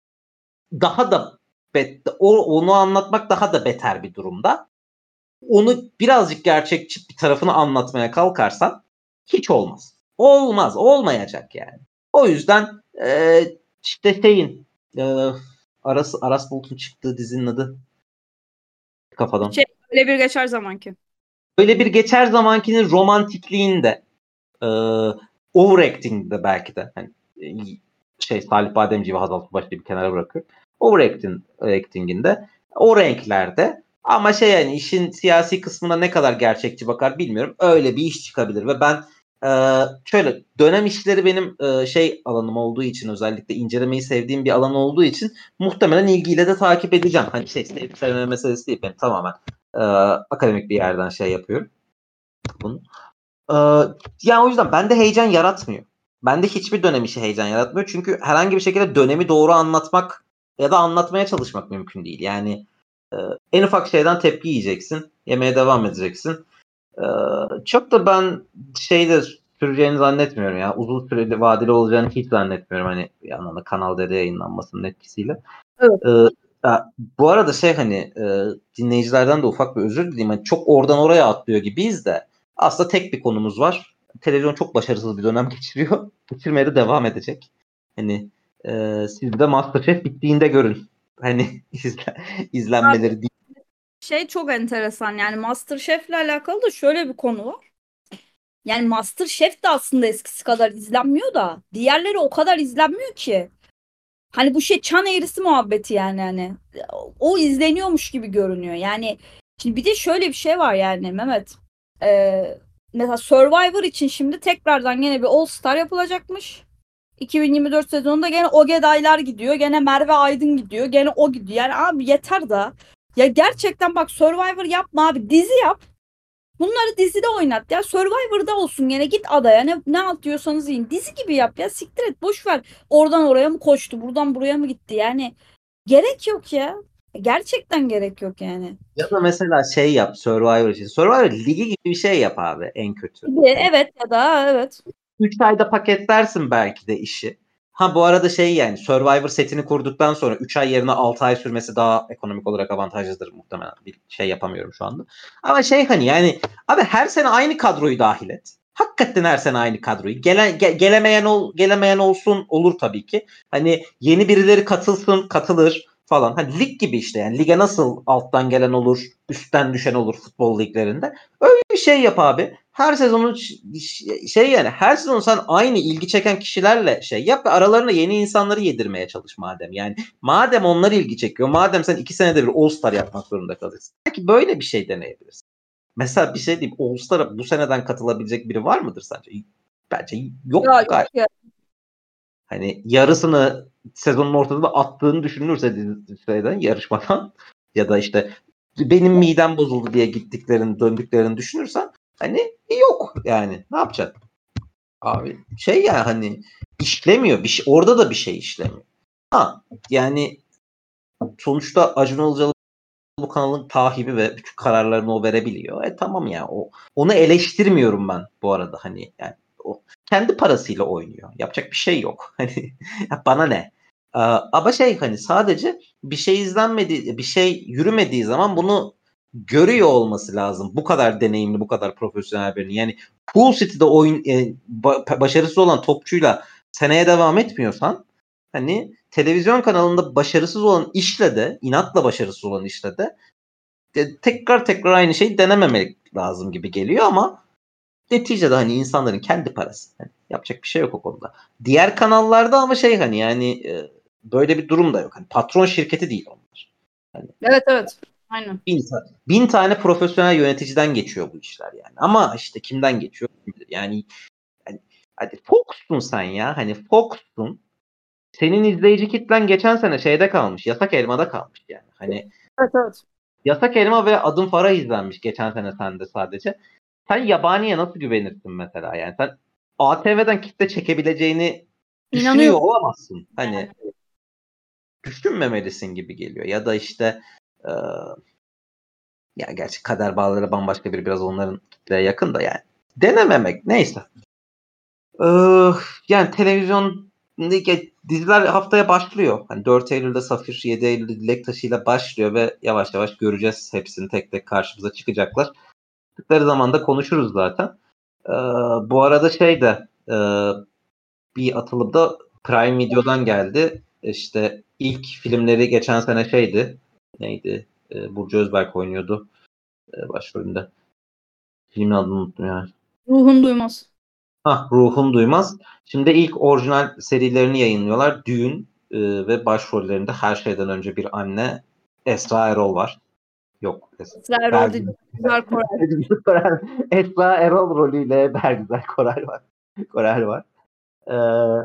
daha da bet, o, onu anlatmak daha da beter bir durumda. Onu birazcık gerçekçi bir tarafını anlatmaya kalkarsan hiç olmaz. Olmaz. Olmayacak yani. O yüzden e, işte şeyin e, Aras, Aras Bulut'un çıktığı dizinin adı kafadan. Şey, öyle bir geçer zamanki. Öyle bir geçer zamankinin romantikliğinde e, overacting'de belki de hani, şey Salih Bademci ve Hazal Subaşı'yı bir kenara bırakıyor. Overacting acting'inde o renklerde ama şey yani işin siyasi kısmına ne kadar gerçekçi bakar bilmiyorum. Öyle bir iş çıkabilir ve ben e, şöyle dönem işleri benim e, şey alanım olduğu için özellikle incelemeyi sevdiğim bir alan olduğu için muhtemelen ilgiyle de takip edeceğim. Hani şey sevip sevmeme meselesi değil benim tamamen e, akademik bir yerden şey yapıyorum bunu. Ee, yani o yüzden bende heyecan yaratmıyor. Bende hiçbir dönem işi heyecan yaratmıyor. Çünkü herhangi bir şekilde dönemi doğru anlatmak ya da anlatmaya çalışmak mümkün değil. Yani e, en ufak şeyden tepki yiyeceksin. Yemeye devam edeceksin. E, çok da ben şeydir süreceğini zannetmiyorum ya. Uzun süreli vadeli olacağını hiç zannetmiyorum. Hani bir yandan da Kanal D'de yayınlanmasının etkisiyle. Evet. Ee, ya, bu arada şey hani e, dinleyicilerden de ufak bir özür dileyim. Hani çok oradan oraya atlıyor gibiyiz de aslında tek bir konumuz var. Televizyon çok başarısız bir dönem geçiriyor. Geçirmeye de devam edecek. Hani e, siz de MasterChef bittiğinde görün. Hani izle, izlenmeleri değil. Şey çok enteresan yani MasterChef'le alakalı da şöyle bir konu var. Yani MasterChef de aslında eskisi kadar izlenmiyor da diğerleri o kadar izlenmiyor ki. Hani bu şey çan eğrisi muhabbeti yani hani o izleniyormuş gibi görünüyor. Yani şimdi bir de şöyle bir şey var yani Mehmet. Ee, mesela Survivor için şimdi tekrardan yine bir All Star yapılacakmış. iki bin yirmi dört sezonunda gene Ogedaylar gidiyor. Gene Merve Aydın gidiyor. Gene o gidiyor. Yani abi yeter da. Ya gerçekten bak Survivor yapma abi. Dizi yap. Bunları dizide oynat ya. Survivor'da olsun gene git adaya. Ne, ne alt diyorsanız yiyin. Dizi gibi yap ya. Siktir et. Boş ver. Oradan oraya mı koştu? Buradan buraya mı gitti? Yani gerek yok ya. Gerçekten gerek yok yani. Ya da mesela şey yap Survivor için. Survivor ligi gibi bir şey yap abi en kötü. Bir de Hani evet ya da evet. üç ayda paketlersin belki de işi. Ha bu arada şey yani Survivor setini kurduktan sonra üç ay yerine altı ay sürmesi daha ekonomik olarak avantajlıdır muhtemelen. Bir şey yapamıyorum şu anda. Ama şey hani yani abi her sene aynı kadroyu dahil et. Hakikaten her sene aynı kadroyu. Gele, ge, gelemeyen ol, gelemeyen olsun olur tabii ki. Hani yeni birileri katılsın, katılır falan. Hani lig gibi işte yani lige nasıl alttan gelen olur, üstten düşen olur futbol liglerinde. Öyle bir şey yap abi. Her sezonun şey yani her sezon sen aynı ilgi çeken kişilerle şey yap ve aralarına yeni insanları yedirmeye çalış madem. Yani madem onlar ilgi çekiyor, madem sen iki senede bir All Star yapmak zorunda kalırsın. Belki böyle bir şey deneyebilirsin. Mesela bir şey diyeyim, All Star'a bu seneden katılabilecek biri var mıdır sence? Bence yok Ya galiba. yok ya. Hani yarısını sezonun ortasında attığını düşünülürse diziden, yarışmadan ya da işte benim midem bozuldu diye gittiklerini, döndüklerini düşünürsen hani yok yani ne yapacaksın? Abi şey ya hani işlemiyor bir şey, orada da bir şey işlemiyor. Ha yani sonuçta Acun Ilıcalı bu kanalın tahibi ve bütün kararlarını o verebiliyor. E tamam ya o onu eleştirmiyorum ben bu arada hani yani o kendi parasıyla oynuyor. Yapacak bir şey yok. Hani bana ne? Ee, ama şey hani sadece bir şey izlenmediği, bir şey yürümediği zaman bunu görüyor olması lazım. Bu kadar deneyimli, bu kadar profesyonel birini. Yani Pool City'de oyun e, ba- başarısız olan topçuyla seneye devam etmiyorsan hani televizyon kanalında başarısız olan işle de, inatla başarısız olan işle de e, tekrar tekrar aynı şeyi denememek lazım gibi geliyor ama neticede hani insanların kendi parası. Yani yapacak bir şey yok o konuda. Diğer kanallarda ama şey hani yani e, böyle bir durum da yok. Hani patron şirketi değil onlar. Hani Evet evet. Aynen. bin, bin tane profesyonel yöneticiden geçiyor bu işler yani. Ama işte kimden geçiyor? Yani, yani hadi Fox'sun sen ya. Hani Fox'sun. Senin izleyici kitlen geçen sene şeyde kalmış. Yasak Elma'da kalmış yani. Hani Evet evet. Yasak Elma ve Adım Farah izlenmiş geçen sene sende sadece. Sen yabaniye nasıl güvenirsin mesela yani? Sen A T V'den kitle çekebileceğini düşünüyor İnanıyorum. olamazsın. Hani düşünmemelisin gibi geliyor. Ya da işte e, ya gerçi kader bağları bambaşka bir biraz onların kitleye yakın da yani. Denememek neyse. Ee, yani televizyon diziler haftaya başlıyor. Hani dört Eylül'de Safir, yedi Eylül'de Dilek Taşı ile başlıyor ve yavaş yavaş göreceğiz hepsini tek tek karşımıza çıkacaklar. Çıktıkları zaman da konuşuruz zaten. Ee, bu arada şey de e, bir atılımda Prime Video'dan geldi. İşte ilk filmleri geçen sene şeydi. Neydi? Ee, Burcu Özberk oynuyordu e, başrolünde. Filmin adını unuttum yani. Ruhun duymaz. Hah, Ruhum Duymaz. Şimdi ilk orijinal serilerini yayınlıyorlar. Düğün e, ve başrollerinde her şeyden önce bir anne Esra Erol var. Yok. Es- Esra Erol Bergüzar değil. Güzel Koray. Koray. Esra Erol rolüyle Bergüzar Koray var. Koray var. Ee,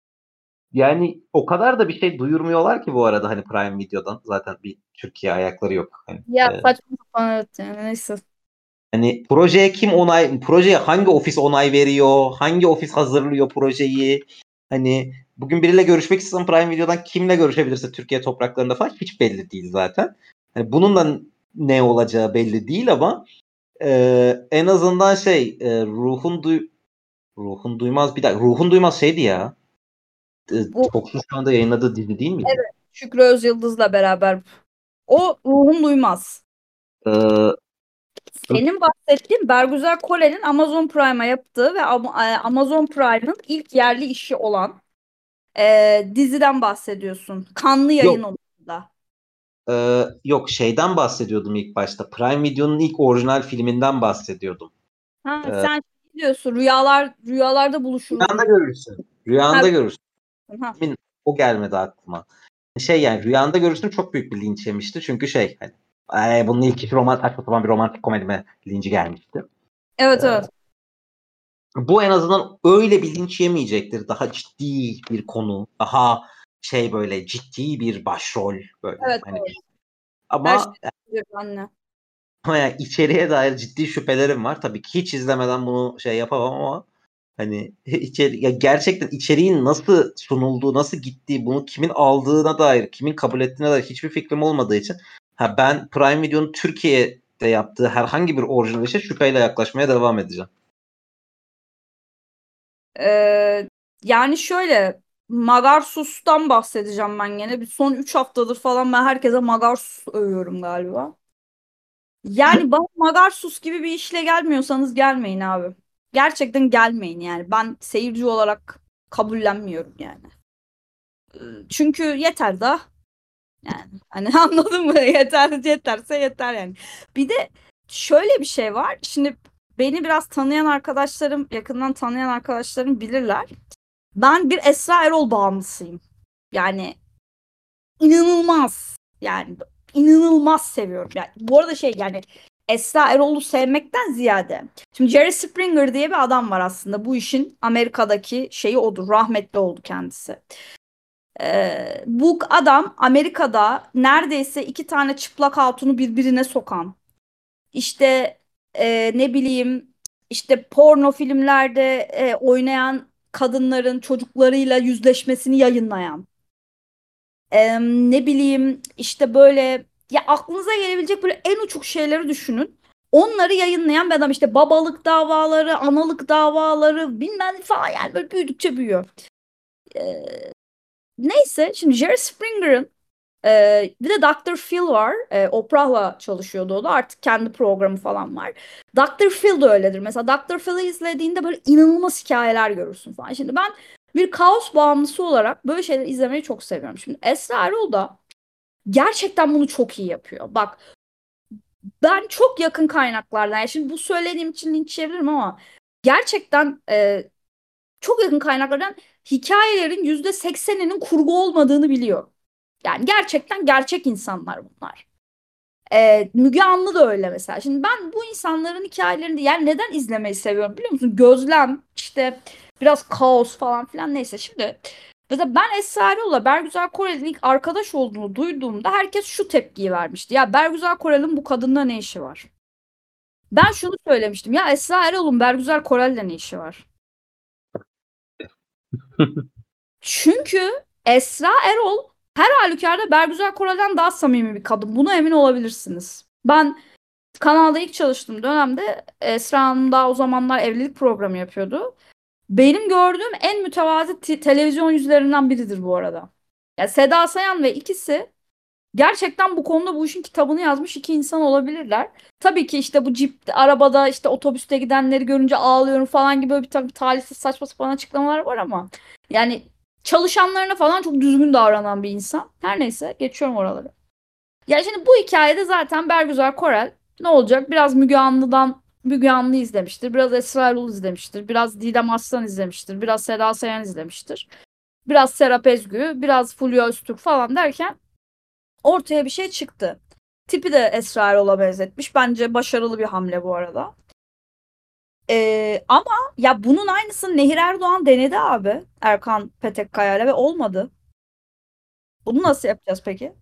yani o kadar da bir şey duyurmuyorlar ki bu arada hani Prime Video'dan. Zaten bir Türkiye ayakları yok. Hani, Ya e, saçma sapan evet yani neyse. hani projeye kim onay, projeye hangi ofis onay veriyor, hangi ofis hazırlıyor projeyi? Hani bugün biriyle görüşmek istedim Prime Video'dan kimle görüşebilirse Türkiye topraklarında falan hiç belli değil zaten. Hani bunun da ne olacağı belli değil ama e, en azından şey e, ruhun duy Ruhun Duymaz bir dakika. Ruhun Duymaz şeydi ya. Bu, Fox'un şu anda yayınladığı dizi değil miydi? evet. Şükrü Özyıldız'la beraber. O Ruhun Duymaz. Ee, Senin bahsettiğin Bergüzar Korel'in Amazon Prime'a yaptığı ve Amazon Prime'ın ilk yerli işi olan e, diziden bahsediyorsun. Kanlı Yayın yok. Odası'nda. Ee, yok şeyden bahsediyordum ilk başta. Prime Video'nun ilk orijinal filminden bahsediyordum. Ha, Ee, sen diyorsun rüyalar rüyalarda buluşuruz Rüyanda diye. görürsün. Ha, Rüyanda görürsün. ha. Emin, o gelmedi aklıma. Şey yani Rüyanda Görürsün çok büyük bir linç yemişti. Çünkü şey hani ay, bunun ilk işi roman, saçma sapan bir romantik komedime linci gelmişti. Evet, Ee, evet. Bu en azından öyle bir linç yemeyecektir. Daha ciddi bir konu. Daha şey böyle ciddi bir başrol böyle. Evet, Hani doğru. Her şey ama bilir anne. ama yani içeriğe dair ciddi şüphelerim var. Tabii ki hiç izlemeden bunu şey yapamam ama hani içeri, ya gerçekten içeriğin nasıl sunulduğu, nasıl gittiği, bunu kimin aldığına dair, kimin kabul ettiğine dair hiçbir fikrim olmadığı için ha ben Prime Video'nun Türkiye'de yaptığı herhangi bir orijinal işe şüpheyle yaklaşmaya devam edeceğim. Ee, yani şöyle Magarsus'tan bahsedeceğim ben gene. Bir son üç haftadır falan ben herkese Magarsus övüyorum galiba. Yani bana Magarsus gibi bir işle gelmiyorsanız gelmeyin abi. Gerçekten gelmeyin yani. Ben seyirci olarak kabullenmiyorum yani. Ee, Çünkü yeter da. Yani hani anladın mı? Yeter yeterse yeter yani. Bir de şöyle bir şey var. Şimdi beni biraz tanıyan arkadaşlarım, yakından tanıyan arkadaşlarım bilirler. Ben bir Esra Erol bağımlısıyım. Yani inanılmaz. Yani inanılmaz seviyorum. Yani bu arada şey yani Esra Erol'u sevmekten ziyade. Şimdi Jerry Springer diye bir adam var aslında. Bu işin Amerika'daki şeyi odur. Rahmetli oldu kendisi. Ee, bu adam Amerika'da neredeyse iki tane çıplak hatunu birbirine sokan, işte e, ne bileyim işte porno filmlerde e, oynayan kadınların çocuklarıyla yüzleşmesini yayınlayan, e, ne bileyim işte böyle ya aklınıza gelebilecek böyle en uçuk şeyleri düşünün. Onları yayınlayan bir adam işte babalık davaları, analık davaları bilmem ne falan yani böyle büyüdükçe büyüyor. E, neyse şimdi Jerry Springer'ın Ee, bir de doktor Phil var. Ee, Oprah'la çalışıyordu o da. Artık kendi programı falan var. doktor Phil de öyledir. Mesela doktor Phil'i izlediğinde böyle inanılmaz hikayeler görürsün falan. Şimdi ben bir kaos bağımlısı olarak böyle şeyler izlemeyi çok seviyorum. Şimdi Esra Erol da gerçekten bunu çok iyi yapıyor. Bak ben çok yakın kaynaklardan, yani şimdi bu söylediğim için linç yiyebilirim ama gerçekten e, çok yakın kaynaklardan hikayelerin yüzde sekseninin kurgu olmadığını biliyor. Yani gerçekten gerçek insanlar bunlar. Ee, Müge Anlı da öyle mesela. Şimdi ben bu insanların hikayelerini yani neden izlemeyi seviyorum biliyor musun? Gözlem, işte biraz kaos falan filan neyse. Şimdi mesela ben Esra Erol'la Bergüzar Korel'in ilk arkadaş olduğunu duyduğumda herkes şu tepkiyi vermişti. Ya Bergüzar Korel'in bu kadınla ne işi var? Ben şunu söylemiştim. Ya Esra Erol'un Bergüzar Korel'le ne işi var? Çünkü Esra Erol her halükarda Bergüzar Korel'den daha samimi bir kadın. Buna emin olabilirsiniz. Ben kanalda ilk çalıştığım dönemde Esra Hanım daha o zamanlar evlilik programı yapıyordu. Benim gördüğüm en mütevazi te- televizyon yüzlerinden biridir bu arada. Ya Seda Sayan ve ikisi gerçekten bu konuda bu işin kitabını yazmış iki insan olabilirler. Tabii ki işte bu cip arabada işte otobüste gidenleri görünce ağlıyorum falan gibi böyle bir takım talihsiz saçma sapan açıklamalar var ama yani çalışanlarına falan çok düzgün davranan bir insan. Her neyse geçiyorum oraları. Ya şimdi bu hikayede zaten Bergüzar Korel ne olacak? Biraz Müge Anlı'dan Müge Anlı izlemiştir. Biraz Esra Erol izlemiştir. Biraz Didem Arslan izlemiştir. Biraz Seda Sayan izlemiştir. Biraz Serap Ezgü, biraz Fulya Öztürk falan derken ortaya bir şey çıktı. Tipi de Esra Erol'a benzetmiş. Bence başarılı bir hamle bu arada. Ee, ama ya bunun aynısını Nehir Erdoğan denedi abi. Erkan Petekkaya'yla ve olmadı. Bunu nasıl yapacağız peki?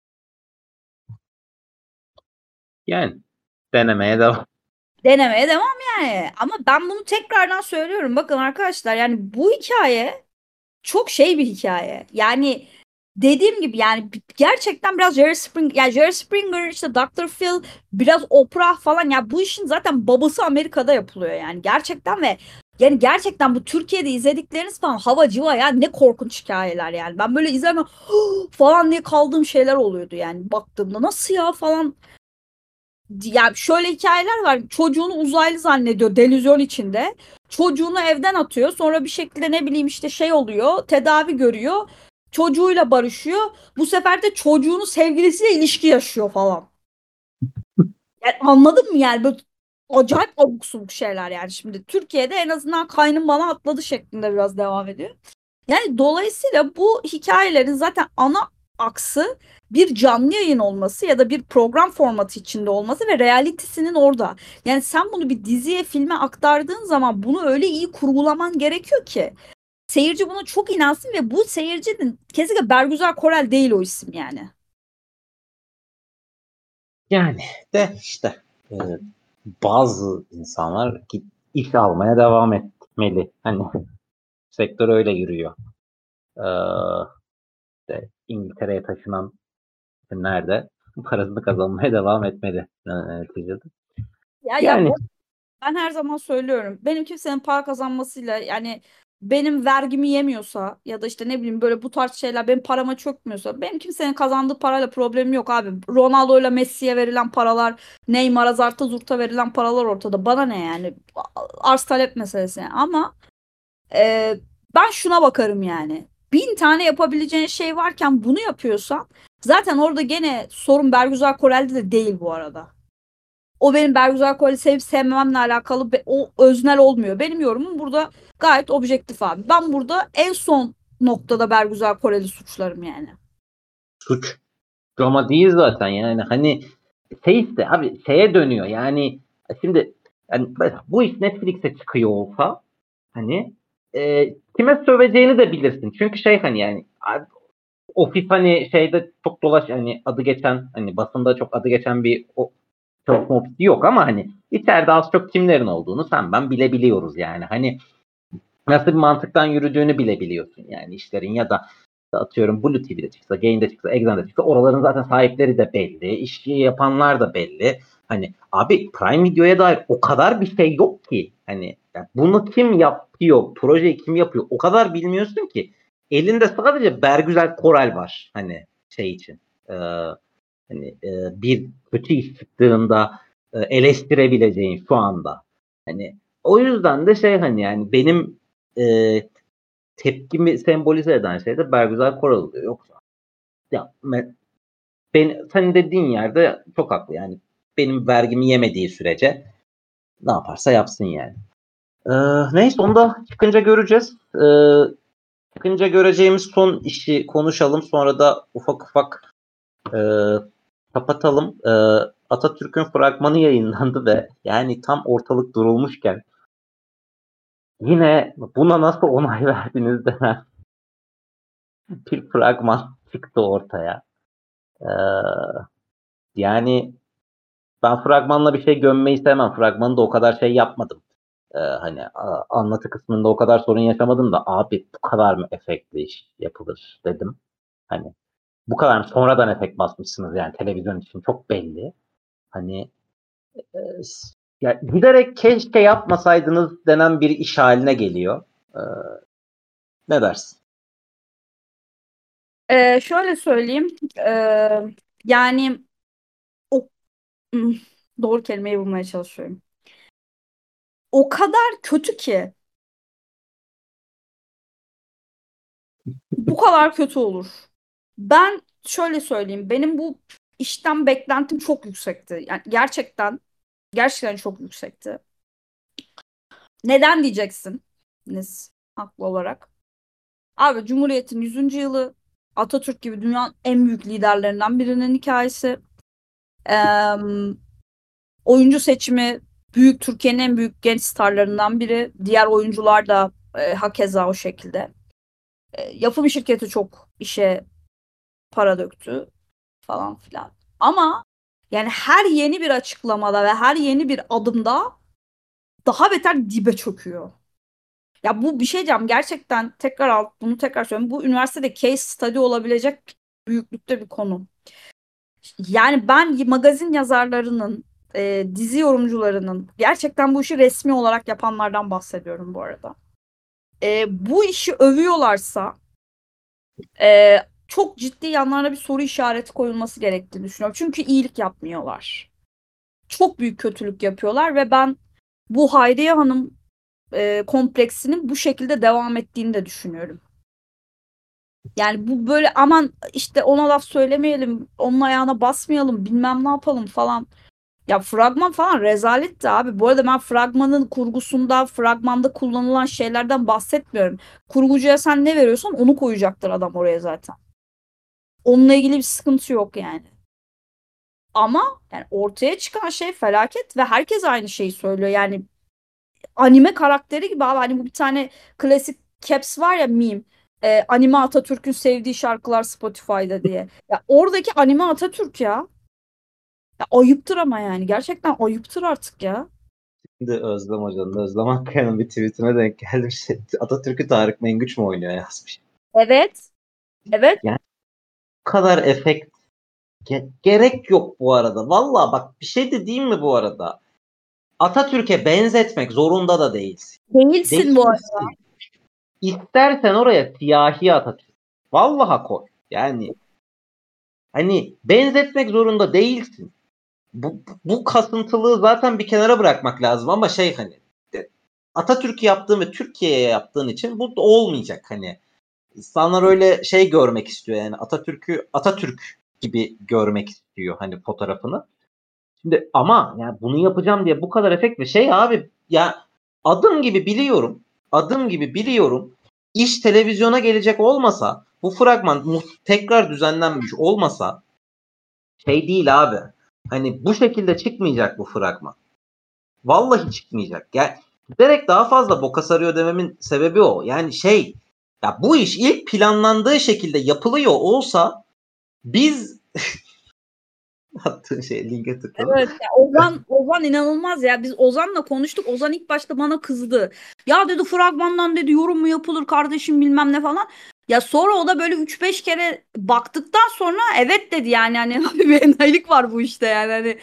Yani denemeye devam. Denemeye devam yani. Ama ben bunu tekrardan söylüyorum. Bakın arkadaşlar yani bu hikaye çok şey bir hikaye. Yani dediğim gibi yani gerçekten biraz Jerry Springer, yani Jerry Springer işte doktor Phil biraz Oprah falan ya bu işin zaten babası Amerika'da yapılıyor yani gerçekten ve Yani gerçekten bu Türkiye'de izledikleriniz falan hava civa ya, ne korkunç hikayeler yani. Ben böyle izlerken falan diye kaldığım şeyler oluyordu yani baktığımda. Nasıl ya falan. Yani şöyle hikayeler var. Çocuğunu uzaylı zannediyor delüzyon içinde. Çocuğunu evden atıyor. Sonra bir şekilde ne bileyim işte şey oluyor. Tedavi görüyor. Çocuğuyla barışıyor. Bu sefer de çocuğunun sevgilisiyle ilişki yaşıyor falan. Yani anladın mı yani? Böyle acayip abuk subuk şeyler yani. Şimdi Türkiye'de en azından kaynım bana atladı şeklinde biraz devam ediyor. Yani dolayısıyla bu hikayelerin zaten ana aksı bir canlı yayın olması ya da bir program formatı içinde olması ve realitesinin orada. Yani sen bunu bir diziye, filme aktardığın zaman bunu öyle iyi kurgulaman gerekiyor ki seyirci buna çok inansın ve bu seyircinin kesinlikle Bergüzar Korel değil o isim yani. Yani de işte e, bazı insanlar git iş almaya devam etmeli. Hani sektör öyle yürüyor. Ee, işte İngiltere'ye taşınan nerede parasını kazanmaya devam etmeli e, neticede. Ya ya Yani bu ben her zaman söylüyorum. Benim kimsenin para kazanmasıyla yani benim vergimi yemiyorsa ya da işte ne bileyim böyle bu tarz şeyler benim parama çökmüyorsa benim kimsenin kazandığı parayla problemim yok abi. Ronaldo'yla Messi'ye verilen paralar, Neymar'a zarta zurta verilen paralar ortada. Bana ne yani? Arz talep meselesi yani. Ama e, ben şuna bakarım yani. Bin tane yapabileceğin şey varken bunu yapıyorsan zaten orada gene sorun Bergüzar Korel'de de değil bu arada. O benim Bergüzar Korel'i sevip sevmememle alakalı be- o öznel olmuyor. Benim yorumum burada gayet objektif abi. Ben burada en son noktada Bergüzar Korel'i suçlarım yani. suç ama değil zaten yani hani şey işte abi şeye dönüyor yani şimdi yani bu iş Netflix'e çıkıyor olsa hani e, kime söveceğini de bilirsin. Çünkü şey hani yani ofis hani şeyde çok dolaş hani adı geçen hani basında çok adı geçen bir o, çalışma ofisi yok ama hani içeride az çok kimlerin olduğunu sen ben bilebiliyoruz yani. Hani nasıl bir mantıktan yürüdüğünü bilebiliyorsun yani işlerin ya da atıyorum Blue T V'de çıksa, Gain'de çıksa, Exxen'de çıksa oraların zaten sahipleri de belli, işi yapanlar da belli. Hani abi Prime Video'ya dair o kadar bir şey yok ki. Hani yani bunu kim yapıyor, projeyi kim yapıyor o kadar bilmiyorsun ki. Elinde sadece Bergüzar Korel var hani şey için. Ee, hani e, bir kötü iş çıktığında e, eleştirebileceğin şu anda. Hani o yüzden de şey hani yani benim e, tepkimi sembolize eden şey de Bergüzar Korel oluyor. Yoksa ya ben, senin dediğin yerde çok haklı yani benim vergimi yemediği sürece ne yaparsa yapsın yani. Ee, neyse onu da çıkınca göreceğiz. Ee, çıkınca göreceğimiz son işi konuşalım. Sonra da ufak ufak e, kapatalım. Ee, Atatürk'ün fragmanı yayınlandı ve yani tam ortalık durulmuşken yine buna nasıl onay verdiniz denen bir fragman çıktı ortaya. Ee, yani ben fragmanla bir şey gömmeyi sevmem. Fragmanı da o kadar şey yapmadım. Ee, hani a, anlatı kısmında o kadar sorun yaşamadım da abi bu kadar mı efektli iş yapılır dedim. Hani bu kadar mı sonradan efekt basmışsınız yani televizyon için çok belli. Hani e, ya giderek keşke yapmasaydınız denen bir iş haline geliyor. Ee, ne dersin? Ee, şöyle söyleyeyim. Ee, yani o Hmm, doğru kelimeyi bulmaya çalışıyorum. O kadar kötü ki bu kadar kötü olur. Ben şöyle söyleyeyim. Benim bu işten beklentim çok yüksekti. Yani gerçekten gerçekten çok yüksekti. Neden diyeceksiniz haklı olarak? Abi Cumhuriyet'in yüzüncü yılı, Atatürk gibi dünyanın en büyük liderlerinden birinin hikayesi. Eee, oyuncu seçimi büyük Türkiye'nin en büyük genç starlarından biri. Diğer oyuncular da e, hakeza o şekilde. E, yapım şirketi çok işe para döktü falan filan. Ama yani her yeni bir açıklamada ve her yeni bir adımda daha beter dibe çöküyor. Ya bu bir şey diyeceğim. Gerçekten tekrar al, bunu tekrar söylüyorum. Bu üniversitede case study olabilecek büyüklükte bir konu. Yani ben magazin yazarlarının e, dizi yorumcularının, gerçekten bu işi resmi olarak yapanlardan bahsediyorum bu arada. E, bu işi övüyorlarsa e, çok ciddi yanlarına bir soru işareti koyulması gerektiğini düşünüyorum. Çünkü iyilik yapmıyorlar. Çok büyük kötülük yapıyorlar ve ben bu Hayriye Hanım e, kompleksinin bu şekilde devam ettiğini de düşünüyorum. Yani bu böyle aman işte ona laf söylemeyelim, onun ayağına basmayalım, bilmem ne yapalım falan. Ya fragman falan rezaletti abi. Bu arada ben fragmanın kurgusunda, fragmanda kullanılan şeylerden bahsetmiyorum. Kurgucuya sen ne veriyorsan onu koyacaktır adam oraya zaten. Onunla ilgili bir sıkıntı yok yani. Ama yani ortaya çıkan şey felaket ve herkes aynı şeyi söylüyor. Yani anime karakteri gibi abi. Hani bu bir tane klasik caps var ya, meme. Ee, anime Atatürk'ün sevdiği şarkılar Spotify'da diye. Ya oradaki anime Atatürk ya. Ya ayıptır ama yani. Gerçekten ayıptır artık ya. Şimdi Özlem Hoca'nın, Özlem Akkaya'nın bir tweetine denk gelmiş. Atatürk'ü Tarık Mengüç mü oynuyor yazmış. Evet. Evet. Yani bu kadar efekt ge- gerek yok bu arada. Valla bak bir şey de diyeyim mi bu arada? Atatürk'e benzetmek zorunda da değilsin. Değilsin bu arada. Değilsin. İstersen oraya siyahi Atatürk. Vallahi koy. Yani hani benzetmek zorunda değilsin. Bu, bu kasıntılığı zaten bir kenara bırakmak lazım ama şey hani Atatürk'ü yaptığın ve Türkiye'ye yaptığın için bu da olmayacak hani. İnsanlar öyle şey görmek istiyor yani Atatürk'ü Atatürk gibi görmek istiyor hani fotoğrafını. Şimdi ama yani bunu yapacağım diye bu kadar efekt ve şey abi ya adım gibi biliyorum. Adım gibi biliyorum. İş televizyona gelecek olmasa bu fragman tekrar düzenlenmiş olmasa şey değil abi. Hani bu şekilde çıkmayacak bu fragman. Vallahi çıkmayacak. Yani giderek daha fazla boka sarıyor dememin sebebi o. Yani şey ya bu iş ilk planlandığı şekilde yapılıyor olsa biz attığın şey linke tıkladım. Evet ya Ozan Ozan inanılmaz ya. Biz Ozan'la konuştuk. Ozan ilk başta bana kızdı. Ya dedi fragmandan dedi yorum mu yapılır kardeşim bilmem ne falan. Ya sonra o da böyle üç beş kere baktıktan sonra evet dedi yani hani bir enayilik var bu işte yani hani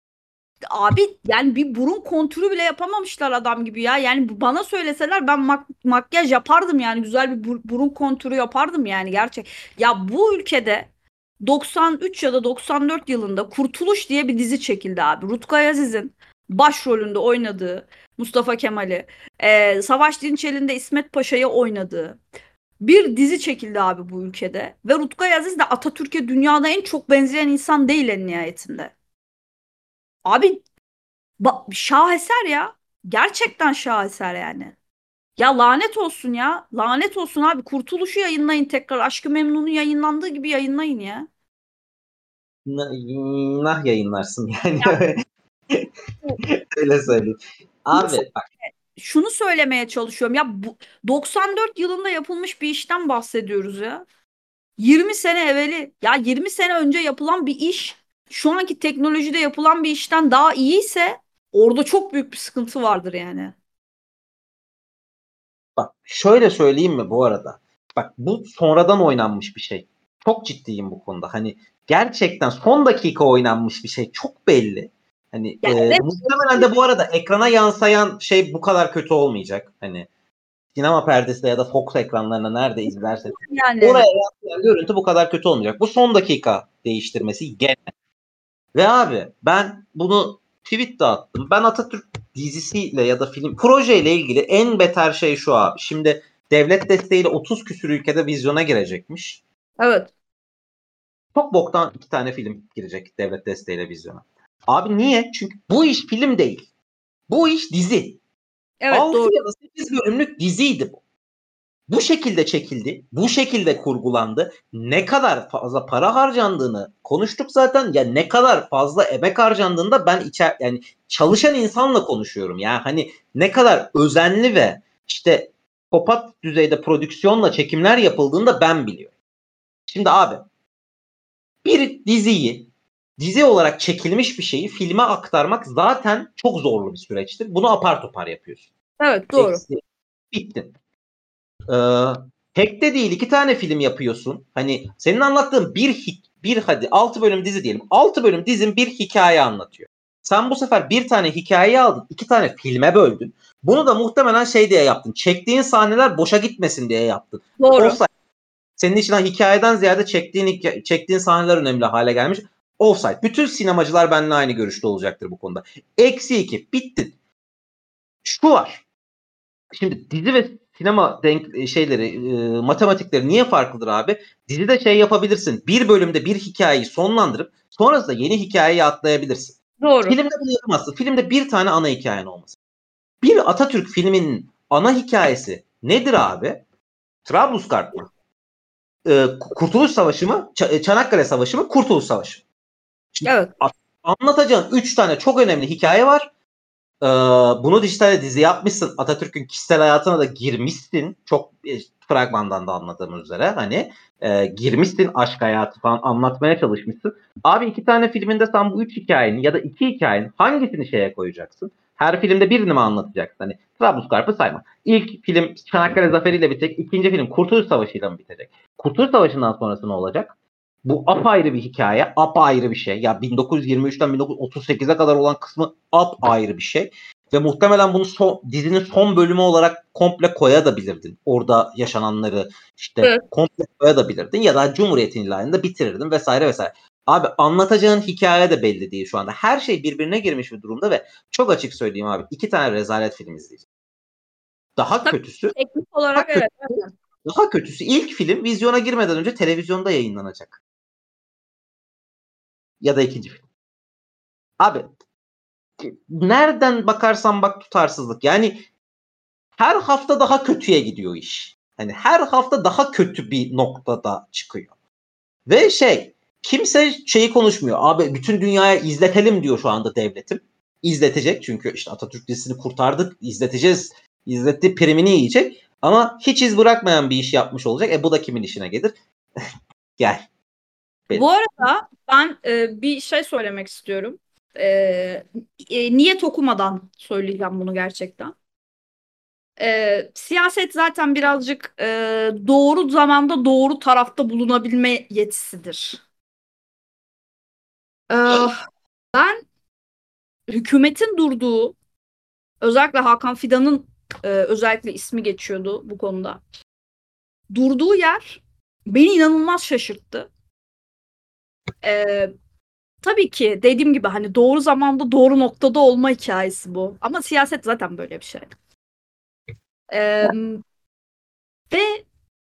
abi yani bir burun kontürü bile yapamamışlar adam gibi ya. Yani bu- bana söyleseler ben mak- makyaj yapardım yani güzel bir bur- burun kontürü yapardım yani gerçek. Ya bu ülkede doksan üç ya da doksan dört yılında Kurtuluş diye bir dizi çekildi abi. Rutkay Aziz'in başrolünde oynadığı Mustafa Kemal'i, e, Savaş Dinçer'in de İsmet Paşa'yı oynadığı bir dizi çekildi abi bu ülkede. Ve Rutkay Aziz de Atatürk'e dünyada en çok benzeyen insan değil en nihayetinde. Abi Ba şaheser ya. Gerçekten şaheser yani. Ya lanet olsun ya. Lanet olsun abi. Kurtuluş'u yayınlayın tekrar. Aşk-ı Memnun'un yayınlandığı gibi yayınlayın ya. Nah yayınlarsın yani Ya bu- öyle söyleyeyim. şunu, Abi bak şunu söylemeye çalışıyorum. Ya bu doksan dört yılında yapılmış bir işten bahsediyoruz ya. yirmi sene evveli. Ya yirmi sene önce yapılan bir iş şu anki teknolojide yapılan bir işten daha iyiyse orada çok büyük bir sıkıntı vardır yani. bak şöyle söyleyeyim mi bu arada? Bak bu sonradan oynanmış bir şey. Çok ciddiyim bu konuda. Hani gerçekten son dakika oynanmış bir şey. Çok belli. Hani Ya e, evet muhtemelen de bu arada ekrana yansıyan şey bu kadar kötü olmayacak. Hani sinema perdesi ya da Fox ekranlarına nerede izlerseniz yani. oraya yansıyan görüntü bu kadar kötü olmayacak. Bu son dakika değiştirmesi gene. Ve abi ben bunu tweet de attım. Ben Atatürk dizisiyle ya da film projeyle ilgili en beter şey şu abi. Şimdi devlet desteğiyle otuz küsür ülkede vizyona girecekmiş. Evet. Çok boktan iki tane film girecek devlet desteğiyle vizyona. Abi niye? Çünkü bu iş film değil. Bu iş dizi. Evet altı doğru. ya da sekiz bölümlük diziydi bu. Bu şekilde çekildi. Bu şekilde kurgulandı. Ne kadar fazla para harcandığını konuştuk zaten. Ya ne kadar fazla emek harcandığında ben içer yani çalışan insanla konuşuyorum. Ya hani ne kadar özenli ve işte popat düzeyde prodüksiyonla çekimler yapıldığında ben biliyorum. Şimdi abi bir diziyi dizi olarak çekilmiş bir şeyi filme aktarmak zaten çok zorlu bir süreçtir. Bunu apar topar yapıyorsun. Evet doğru. Eksi bittin. Ee, tek de değil iki tane film yapıyorsun. Hani senin anlattığın bir bir hadi altı bölüm dizi diyelim. altı bölüm dizin bir hikaye anlatıyor. Sen bu sefer bir tane hikayeyi aldın, iki tane filme böldün. Bunu da muhtemelen şey diye yaptın. Çektiğin sahneler boşa gitmesin diye yaptın. Doğru. Offside. Senin için hikayeden ziyade çektiğin çektiğin sahneler önemli hale gelmiş. Offside. Bütün sinemacılar benimle aynı görüşte olacaktır bu konuda. Eksi iki. Bittin. Şu var. Şimdi dizi ve sinema denk şeyleri, e, matematikleri niye farklıdır abi? Dizide şey yapabilirsin. Bir bölümde bir hikayeyi sonlandırıp sonrasında yeni hikayeyi atlayabilirsin. Doğru. Filmde bunu yapamazsın. Filmde bir tane ana hikayen olması. Bir Atatürk filminin ana hikayesi nedir abi? Trablusgarp mı? Ee, Kurtuluş Savaşı mı? Ç- Çanakkale Savaşı mı? Kurtuluş Savaşı mı? Şimdi Evet. Anlatacağın üç tane çok önemli hikaye var. Ee, bunu dijitalde dizi yapmışsın. Atatürk'ün kişisel hayatına da girmişsin. Çok e, fragmandan da anladığımız üzere. Hani e, girmişsin, aşk hayatı falan anlatmaya çalışmışsın. Abi iki tane filminde sen bu üç hikayenin ya da iki hikayenin hangisini şeye koyacaksın? Her filmde birini mi anlatacaksın? Hani Trablusgarp'ı sayma. İlk film Çanakkale Zaferi ile bitecek. İkinci film Kurtuluş Savaşı ile mi bitecek? Kurtuluş Savaşı'ndan sonrası ne olacak? Bu apayrı bir hikaye, apayrı bir şey. Ya bin dokuz yüz yirmi üçten bin dokuz yüz otuz sekize kadar olan kısmı apayrı bir şey. Ve muhtemelen bunu son, dizinin son bölümü olarak komple koyabilirdin. Orada yaşananları işte evet. komple koyabilirdin. Ya da Cumhuriyet'in ilanında bitirirdin vesaire vesaire. Abi anlatacağın hikaye de belli değil şu anda. Her şey birbirine girmiş bir durumda ve çok açık söyleyeyim abi. iki tane rezalet film izleyeceğim. Daha Tabii, kötüsü. Teknik olarak daha evet. Kötüsü, daha kötüsü ilk film vizyona girmeden önce televizyonda yayınlanacak. Ya da ikinci film. Abi nereden bakarsan bak tutarsızlık. Yani her hafta daha kötüye gidiyor iş. Hani her hafta daha kötü bir noktada çıkıyor. Ve şey kimse şeyi konuşmuyor. Abi bütün dünyaya izletelim diyor şu anda devletim. İzletecek çünkü işte Atatürk dizisini kurtardık. İzleteceğiz. İzletti primini yiyecek. Ama hiç iz bırakmayan bir iş yapmış olacak. E bu da kimin işine gelir? Gel. Benim. Bu arada ben e, bir şey söylemek istiyorum. E, e, niyet okumadan söyleyeceğim bunu gerçekten. E, siyaset zaten birazcık e, doğru zamanda doğru tarafta bulunabilme yetisidir. E, ben hükümetin durduğu, özellikle Hakan Fidan'ın e, özellikle ismi geçiyordu bu konuda. Durduğu yer beni inanılmaz şaşırttı. Ee, tabii ki dediğim gibi hani doğru zamanda doğru noktada olma hikayesi bu. Ama siyaset zaten böyle bir şey. Ee, ve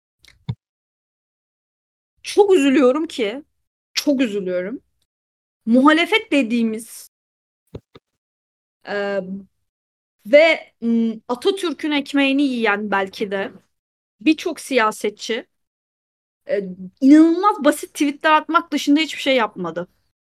çok üzülüyorum ki, çok üzülüyorum. Muhalefet dediğimiz e, ve m, Atatürk'ün ekmeğini yiyen belki de birçok siyasetçi e, inanılmaz basit tweetler atmak dışında hiçbir şey yapmadı.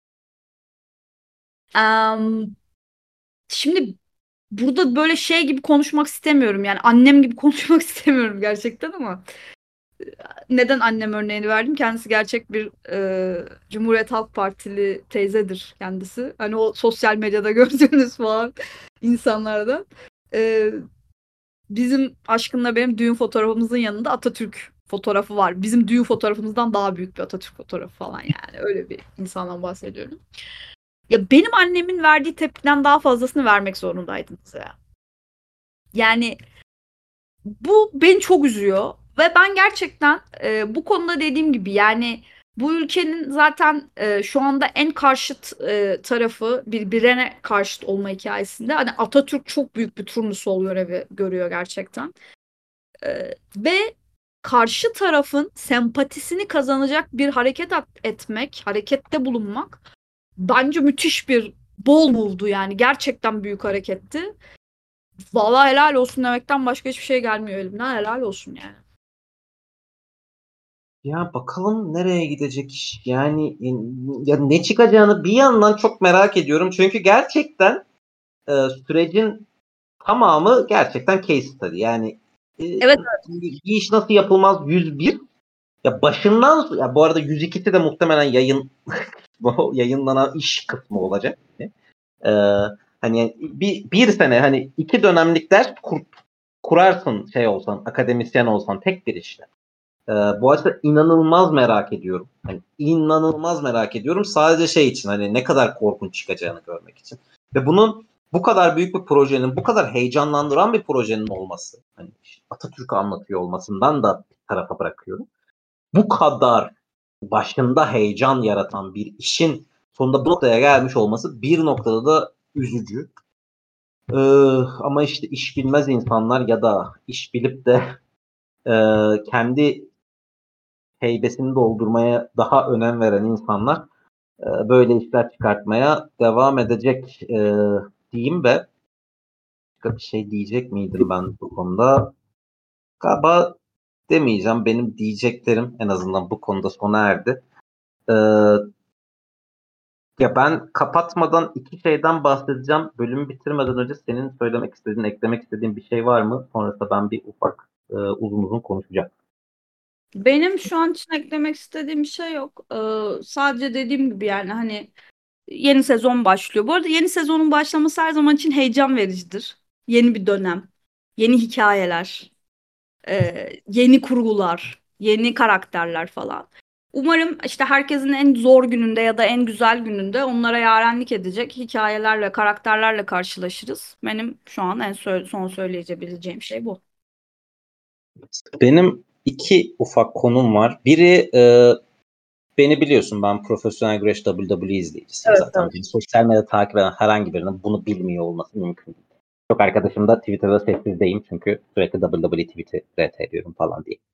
Um, şimdi burada böyle şey gibi konuşmak istemiyorum. Yani annem gibi konuşmak istemiyorum gerçekten ama neden annem örneğini verdim? Kendisi gerçek bir e, Cumhuriyet Halk Partili teyzedir kendisi. Hani o sosyal medyada gördüğünüz falan insanlardan. E, bizim Aşkın'la benim düğün fotoğrafımızın yanında Atatürk fotoğrafı var. Bizim düğün fotoğrafımızdan daha büyük bir Atatürk fotoğrafı falan yani. Öyle bir insandan bahsediyorum. Ya benim annemin verdiği tepkiden daha fazlasını vermek zorundaydınız ya. Yani bu beni çok üzüyor ve ben gerçekten e, bu konuda dediğim gibi yani bu ülkenin zaten e, şu anda en karşıt e, tarafı birbirine karşıt olma hikayesinde. Hani Atatürk çok büyük bir turnusol görevi görüyor gerçekten. E, ve karşı tarafın sempatisini kazanacak bir hareket etmek, harekette bulunmak bence müthiş bir bol move'du yani. Gerçekten büyük hareketti. Vallahi helal olsun demekten başka hiçbir şey gelmiyor elimden. Helal olsun yani. Ya bakalım nereye gidecek iş. Yani ya ne çıkacağını bir yandan çok merak ediyorum. Çünkü gerçekten e, sürecin tamamı gerçekten case study. Yani e, evet, evet. bir iş nasıl yapılmaz yüz bir. Ya başından ya bu arada yüz ikisi de muhtemelen yayın yayınlanan iş kısmı olacak. Ee, hani bir, bir sene hani iki dönemlik ders kur, kurarsın şey olsan akademisyen olsan tek bir işte. Ee, bu açıdan inanılmaz merak ediyorum. Yani inanılmaz merak ediyorum. Sadece şey için hani ne kadar korkunç çıkacağını görmek için. Ve bunun bu kadar büyük bir projenin, bu kadar heyecanlandıran bir projenin olması, hani Atatürk'ü anlatıyor olmasından da bir tarafa bırakıyorum. Bu kadar başında heyecan yaratan bir işin sonunda bu noktaya gelmiş olması bir noktada da üzücü. Ee, ama işte iş bilmez insanlar ya da iş bilip de e, kendi heybesini doldurmaya daha önem veren insanlar e, böyle işler çıkartmaya devam edecek e, diyeyim ve bir şey diyecek miydim ben bu konuda? Galiba demeyeceğim. Benim diyeceklerim en azından bu konuda sona erdi. Ee, ya ben kapatmadan iki şeyden bahsedeceğim. Bölümü bitirmeden önce senin söylemek istediğin, eklemek istediğin bir şey var mı? Sonrasında ben bir ufak e, uzun uzun konuşacağım. Benim şu an için eklemek istediğim bir şey yok. Ee, sadece dediğim gibi yani hani yeni sezon başlıyor. Bu arada yeni sezonun başlaması her zaman için heyecan vericidir. Yeni bir dönem, yeni hikayeler, e, yeni kurgular, yeni karakterler falan. Umarım işte herkesin en zor gününde ya da en güzel gününde onlara yarenlik edecek hikayelerle, karakterlerle karşılaşırız. Benim şu an en sö- son söyleyebileceğim şey bu. Benim iki ufak konum var. Biri e, beni biliyorsun, ben profesyonel güreş W W E izleyicisiyim Evet, zaten. evet. Beni sosyal medyada takip eden herhangi birinin bunu bilmiyor olması mümkün değil. Çok arkadaşım da Twitter'da sessizdeyim çünkü sürekli W W E tweet'i R T ediyorum falan diye.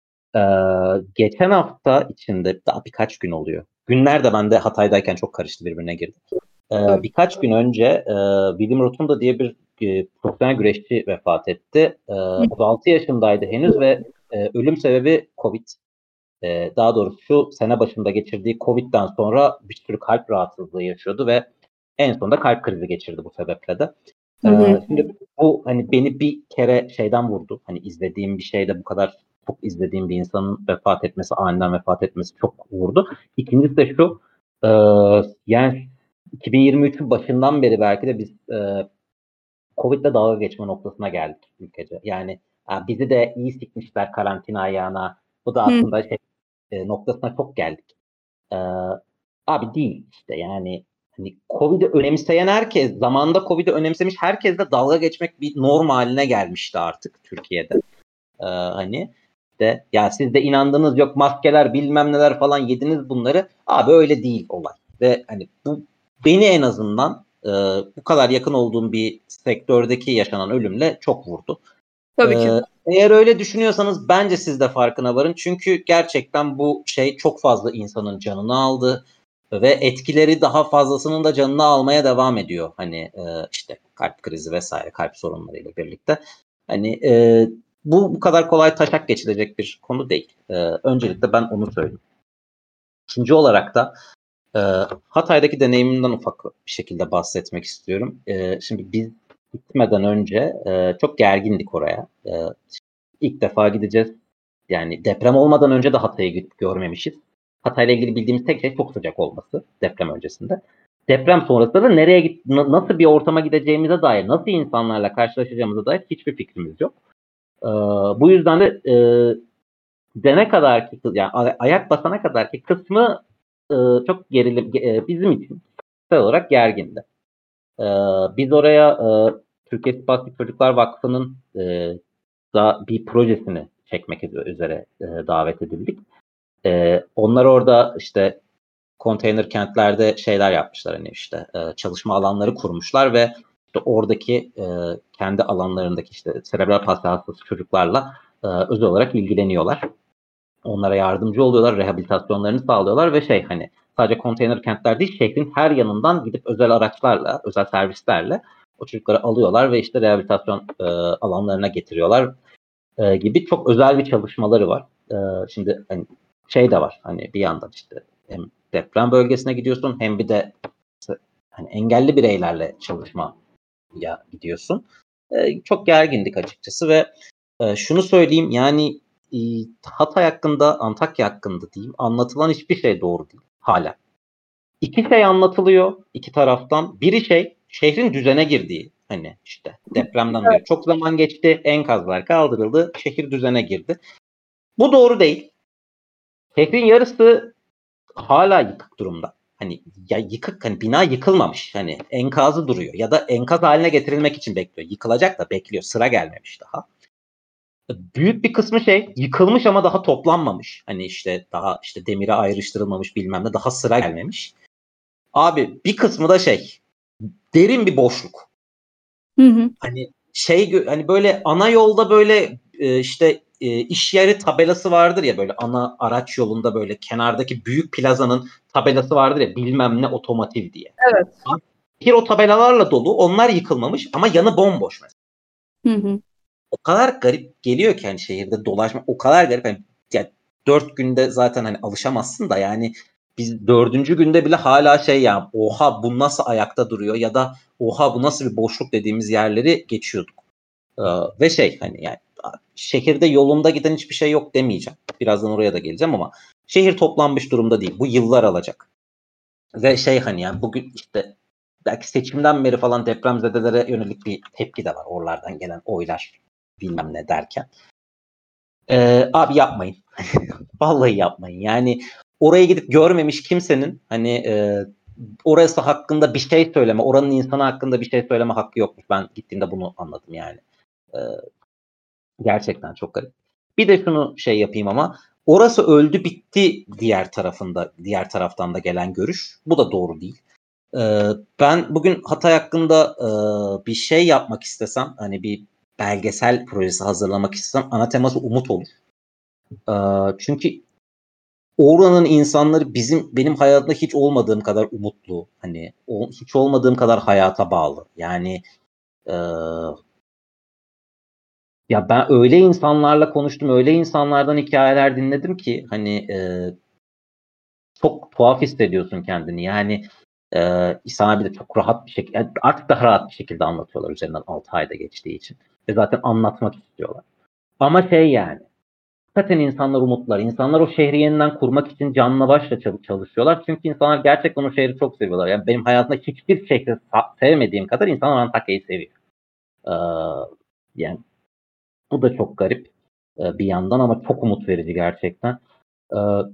Ee, geçen hafta içinde daha birkaç gün oluyor. Günler de bende Hatay'dayken çok karıştı, birbirine girdi. Ee, birkaç gün önce e, William Rotunda diye bir e, profesyonel güreşçi vefat etti. E, otuz altı yaşındaydı henüz ve e, ölüm sebebi Covid. E, daha doğrusu şu sene başında geçirdiği Covid'den sonra bir sürü kalp rahatsızlığı yaşıyordu ve en sonunda kalp krizi geçirdi bu sebeple de. Hı hı. Ee, şimdi bu hani beni bir kere şeyden vurdu. Hani izlediğim bir şeyde bu kadar çok izlediğim bir insanın vefat etmesi, aniden vefat etmesi çok vurdu. İkincisi de şu, e, yani iki bin yirmi üçün başından beri belki de biz e, Covid'le dalga geçme noktasına geldik ülkece. Yani a, bizi de iyi sikmişler karantina ayağına. Bu da Hı. aslında şey e, noktasına çok geldik. E, abi değil işte yani hani Covid'i önemseyen herkes, zamanında Covid'i önemsemiş herkesle dalga geçmek bir norm haline gelmişti artık Türkiye'de. Ee, hani de ya siz de inandınız, yok maskeler bilmem neler falan yediniz bunları. Abi öyle değil olay. Ve hani bu beni en azından e, bu kadar yakın olduğum bir sektördeki yaşanan ölümle çok vurdu. Tabii ki. Ee, eğer öyle düşünüyorsanız bence siz de farkına varın. Çünkü gerçekten bu şey çok fazla insanın canını aldı ve etkileri daha fazlasının da canını almaya devam ediyor. Hani e, işte kalp krizi vesaire, kalp sorunlarıyla birlikte. Hani e, bu bu kadar kolay taşak geçilecek bir konu değil. E, öncelikle ben onu söyleyeyim. İkinci olarak da e, Hatay'daki deneyimimden ufak bir şekilde bahsetmek istiyorum. E, şimdi biz gitmeden önce e, çok gergindik oraya. E, ilk defa gideceğiz. Yani deprem olmadan önce de Hatay'ı gidip görmemişiz. Hatay'la ilgili bildiğimiz tek şey çok sıcak olması deprem öncesinde. Deprem sonrasında da nereye git, nasıl bir ortama gideceğimize dair, nasıl insanlarla karşılaşacağımıza dair hiçbir fikrimiz yok. Ee, bu yüzden de e, dene kadar ki, yani ayak basana kadar ki kısmı e, çok gerilim e, bizim için kişisel olarak gergindi. E, biz oraya e, Türkiye Spastik Çocuklar Vakfı'nın e, da bir projesini çekmek üzere e, davet edildik. E, onlar orada işte konteyner kentlerde şeyler yapmışlar, hani işte e, çalışma alanları kurmuşlar ve işte oradaki e, kendi alanlarındaki işte serebral palsi hastası çocuklarla e, özel olarak ilgileniyorlar. Onlara yardımcı oluyorlar, rehabilitasyonlarını sağlıyorlar ve şey hani sadece konteyner kentler değil, şehrin her yanından gidip özel araçlarla, özel servislerle o çocukları alıyorlar ve işte rehabilitasyon e, alanlarına getiriyorlar e, gibi çok özel bir çalışmaları var. E, şimdi hani şey de var, hani bir yandan işte hem deprem bölgesine gidiyorsun hem bir de hani engelli bireylerle çalışmaya gidiyorsun. E, çok gergindik açıkçası ve e, şunu söyleyeyim yani e, Hatay hakkında, Antakya hakkında diyeyim, anlatılan hiçbir şey doğru değil hala. İki şey anlatılıyor iki taraftan. Biri şey, şehrin düzene girdiği. Hani işte depremden dolayı çok zaman geçti, enkazlar kaldırıldı, şehir düzene girdi. Bu doğru değil. Şehrin yarısı hala yıkık durumda. Hani ya yıkık hani bina yıkılmamış. Hani enkazı duruyor ya da enkaz haline getirilmek için bekliyor. Yıkılacak da bekliyor. Sıra gelmemiş daha. Büyük bir kısmı şey yıkılmış ama daha toplanmamış. Hani işte daha işte demire ayrıştırılmamış bilmem ne daha sıra gelmemiş. Abi bir kısmı da şey derin bir boşluk. Hı hı. Hani şey hani böyle ana yolda böyle e, işte e, iş yeri tabelası vardır ya böyle ana araç yolunda böyle kenardaki büyük plazanın tabelası vardır ya bilmem ne otomotiv diye. Evet. Bir o tabelalarla dolu onlar yıkılmamış ama yanı bomboş mesela. Hı hı. O kadar garip geliyor ki hani şehirde dolaşma o kadar garip. Hani, yani dört günde zaten hani alışamazsın da yani biz dördüncü günde bile hala şey ya oha bu nasıl ayakta duruyor ya da oha bu nasıl bir boşluk dediğimiz yerleri geçiyorduk. Ee, ve şey hani yani şehirde yolunda giden hiçbir şey yok demeyeceğim. Birazdan oraya da geleceğim ama şehir toplanmış durumda değil. Bu yıllar alacak. Ve şey hani yani bugün işte belki seçimden beri falan depremzedelere yönelik bir tepki de var. Oralardan gelen oylar bilmem ne derken. Ee, abi yapmayın. Vallahi yapmayın. Yani oraya gidip görmemiş kimsenin hani e, orası hakkında bir şey söyleme, oranın insanı hakkında bir şey söyleme hakkı yokmuş. Ben gittiğimde bunu anladım yani. Ee, gerçekten çok garip. Bir de şunu şey yapayım ama orası öldü bitti diğer tarafında diğer taraftan da gelen görüş. Bu da doğru değil. Ee, ben bugün Hatay hakkında e, bir şey yapmak istesem hani bir belgesel projesi hazırlamak istesem ana teması umut olur. Ee, çünkü oranın insanları bizim benim hayatımda hiç olmadığım kadar umutlu. Hani o, hiç olmadığım kadar hayata bağlı. Yani e, ya ben öyle insanlarla konuştum, öyle insanlardan hikayeler dinledim ki hani e, çok tuhaf hissediyorsun kendini. Yani e, İhsan abi de çok rahat bir şekilde, yani artık daha rahat bir şekilde anlatıyorlar üzerinden altı ayda geçtiği için. Ve zaten anlatmak istiyorlar. Ama şey yani zaten insanlar umutlar. İnsanlar o şehri yeniden kurmak için canla başla çalışıyorlar. Çünkü insanlar gerçekten o şehri çok seviyorlar. Yani benim hayatımda hiçbir şehri sevmediğim kadar insanlar Antakya'yı seviyor. Ee, yani bu da çok garip e, bir yandan ama çok umut verici gerçekten. Ee,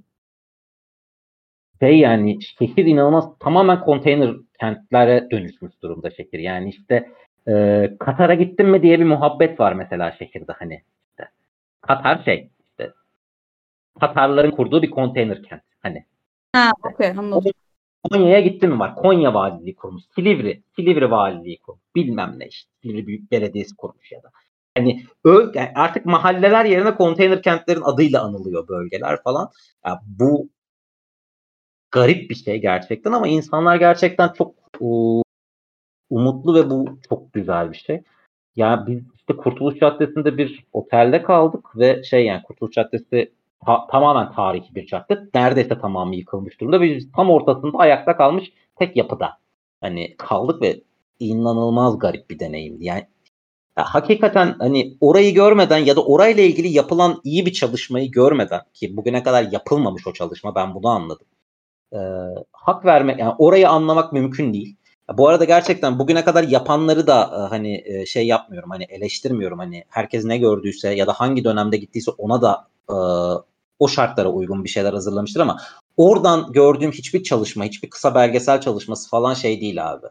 şey yani şehir inanılmaz tamamen konteyner kentlere dönüşmüş durumda şehir. Yani işte e, Katar'a gittin mi diye bir muhabbet var mesela şehirde hani. İşte, Katar şey işte Katarların kurduğu bir konteyner kent. Hani Ha, işte. okey, anladım. Konya'ya gittin mi var? Konya Valiliği kurmuş. Silivri. Silivri Valiliği kurmuş. Bilmem ne işte. Silivri Büyük Belediyesi kurmuş ya da. Hani ö, yani artık mahalleler yerine konteyner kentlerin adıyla anılıyor bölgeler falan. Ya bu garip bir şey gerçekten ama insanlar gerçekten çok uh, umutlu ve bu çok güzel bir şey. Ya biz işte Kurtuluş Caddesi'nde bir otelde kaldık ve şey yani Kurtuluş Caddesi ta- tamamen tarihi bir cadde. Neredeyse tamamı yıkılmış durumda ve biz tam ortasında ayakta kalmış tek yapıda. Hani kaldık ve inanılmaz garip bir deneyimdi. Yani ya hakikaten hani orayı görmeden ya da orayla ilgili yapılan iyi bir çalışmayı görmeden ki bugüne kadar yapılmamış o çalışma ben bunu anladım. Ee, hak vermek yani orayı anlamak mümkün değil. Bu arada gerçekten bugüne kadar yapanları da e, hani e, şey yapmıyorum hani eleştirmiyorum hani herkes ne gördüyse ya da hangi dönemde gittiyse ona da e, o şartlara uygun bir şeyler hazırlamıştır ama oradan gördüğüm hiçbir çalışma, hiçbir kısa belgesel çalışması falan şey değil abi.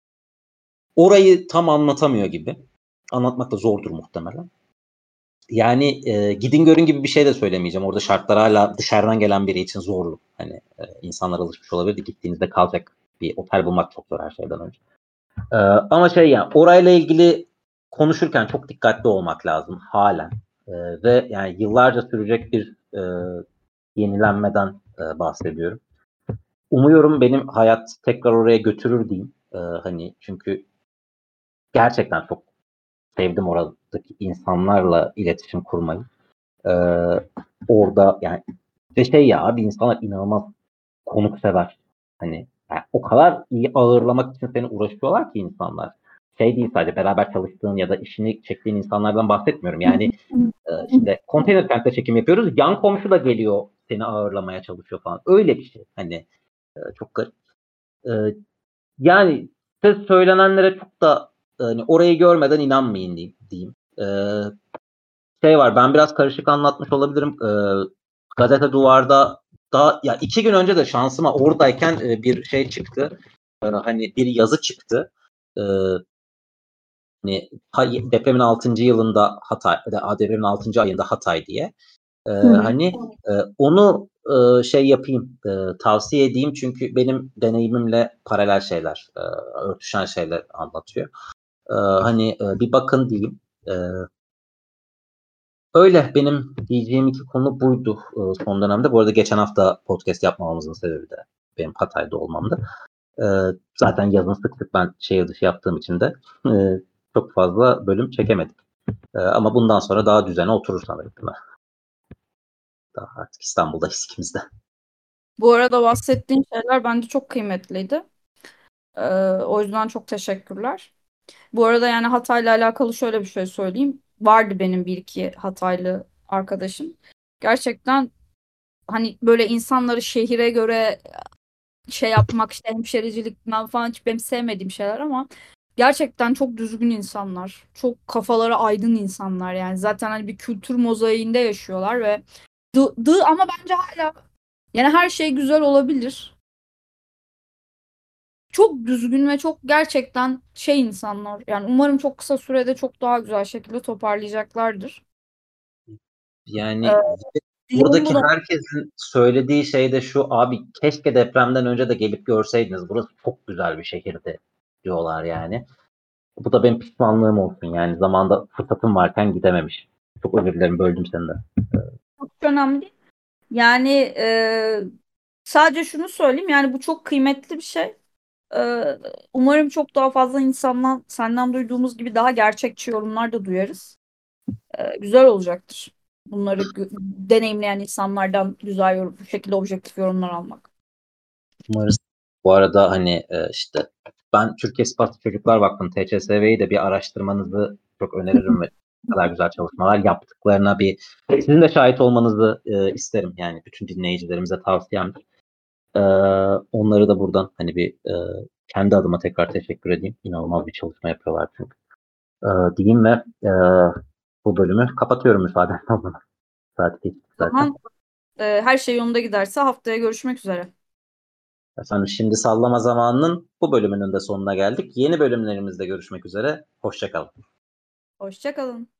Orayı tam anlatamıyor gibi. Anlatmak da zordur muhtemelen. Yani e, gidin görün gibi bir şey de söylemeyeceğim. Orada şartlar hala dışarıdan gelen biri için zorlu. Hani e, insanlar alışmış olabilir de gittiğinizde kalacak bir otel bulmak çok zor her şeyden önce. E, ama şey yani orayla ilgili konuşurken çok dikkatli olmak lazım halen. E, ve yani yıllarca sürecek bir e, yenilenmeden e, bahsediyorum. Umuyorum benim hayat tekrar oraya götürür diyeyim. E, hani çünkü gerçekten çok sevdim oradaki insanlarla iletişim kurmayı. Ee, orada yani ve şey ya abi insanlar inanılmaz konuksever. Hani yani o kadar iyi ağırlamak için seni uğraşıyorlar ki insanlar. Şey değil sadece beraber çalıştığın ya da işini çektiğin insanlardan bahsetmiyorum. Yani e, işte konteyner kentte çekim yapıyoruz. Yan komşu da geliyor seni ağırlamaya çalışıyor falan. Öyle bir şey. Hani e, çok garip. E, yani size söylenenlere çok da hani orayı görmeden inanmayın diyeyim. diyeyim. E, şey var ben biraz karışık anlatmış olabilirim. Ee, gazete duvarda daha ya iki gün önce de şansıma oradayken e, bir şey çıktı. E, hani bir yazı çıktı. E, hani depremin altıncı yılında Hatay, depremin altıncı ayında Hatay diye. E, Hı hı. hani e, onu e, şey yapayım, e, tavsiye edeyim çünkü benim deneyimimle paralel şeyler, e, örtüşen şeyler anlatıyor. E, hani e, bir bakın diyeyim. E, öyle benim diyeceğim iki konu buydu e, son dönemde. Bu arada geçen hafta podcast yapmamamızın sebebi de benim Hatay'da olmamdı. E, zaten yazın sık sık ben şehir dışı yaptığım için de e, çok fazla bölüm çekemedik. E, ama bundan sonra daha düzene oturur sanırım. Daha artık İstanbul'dayız ikimiz de. Bu arada bahsettiğin şeyler bence çok kıymetliydi. Ee, o yüzden çok teşekkürler. Bu arada yani Hatay'la alakalı şöyle bir şey söyleyeyim. Vardı benim bir iki Hataylı arkadaşım. Gerçekten hani böyle insanları şehire göre şey yapmak, işte hemşericilikten falan hiç benim sevmediğim şeyler ama gerçekten çok düzgün insanlar. Çok kafaları aydın insanlar yani. Zaten hani bir kültür mozaiğinde yaşıyorlar ve dı, dı ama bence hala yani her şey güzel olabilir. Çok düzgün ve çok gerçekten şey insanlar. Yani umarım çok kısa sürede çok daha güzel şekilde toparlayacaklardır. Yani Ee, dileğim bu buradaki da herkesin söylediği şey de şu: abi keşke depremden önce de gelip görseydiniz. Burası çok güzel bir şehirdi diyorlar yani. Bu da benim pişmanlığım olsun yani. Zamanda fırsatım varken gidememiş. Çok özür dilerim, böldüm seni de. çok önemli. Yani e, sadece şunu söyleyeyim yani bu çok kıymetli bir şey. Ee, umarım çok daha fazla insandan senden duyduğumuz gibi daha gerçekçi yorumlar da duyarız. Ee, güzel olacaktır. Bunları gö- deneyimleyen insanlardan güzel yorum, bu şekilde objektif yorumlar almak. Umarız. Bu arada hani e, işte ben Türkiye Spastik Çocuklar Vakfı'nın T Ç S V'yi de bir araştırmanızı çok öneririm ve ne kadar güzel çalışmalar yaptıklarına bir sizin de şahit olmanızı e, isterim. Yani bütün dinleyicilerimize tavsiyemdir. E, onları da buradan hani bir e, kendi adıma tekrar teşekkür edeyim. İnanılmaz bir çalışma yapıyorlar çünkü. E, diyeyim ve e, bu bölümü kapatıyorum müsaadenle. Saat geçti O zaten. zaman e, her şey yolunda giderse haftaya görüşmek üzere. Efendim şimdi sallama zamanının bu bölümünün de sonuna geldik. Yeni bölümlerimizde görüşmek üzere. Hoşça kalın. Hoşça kalın.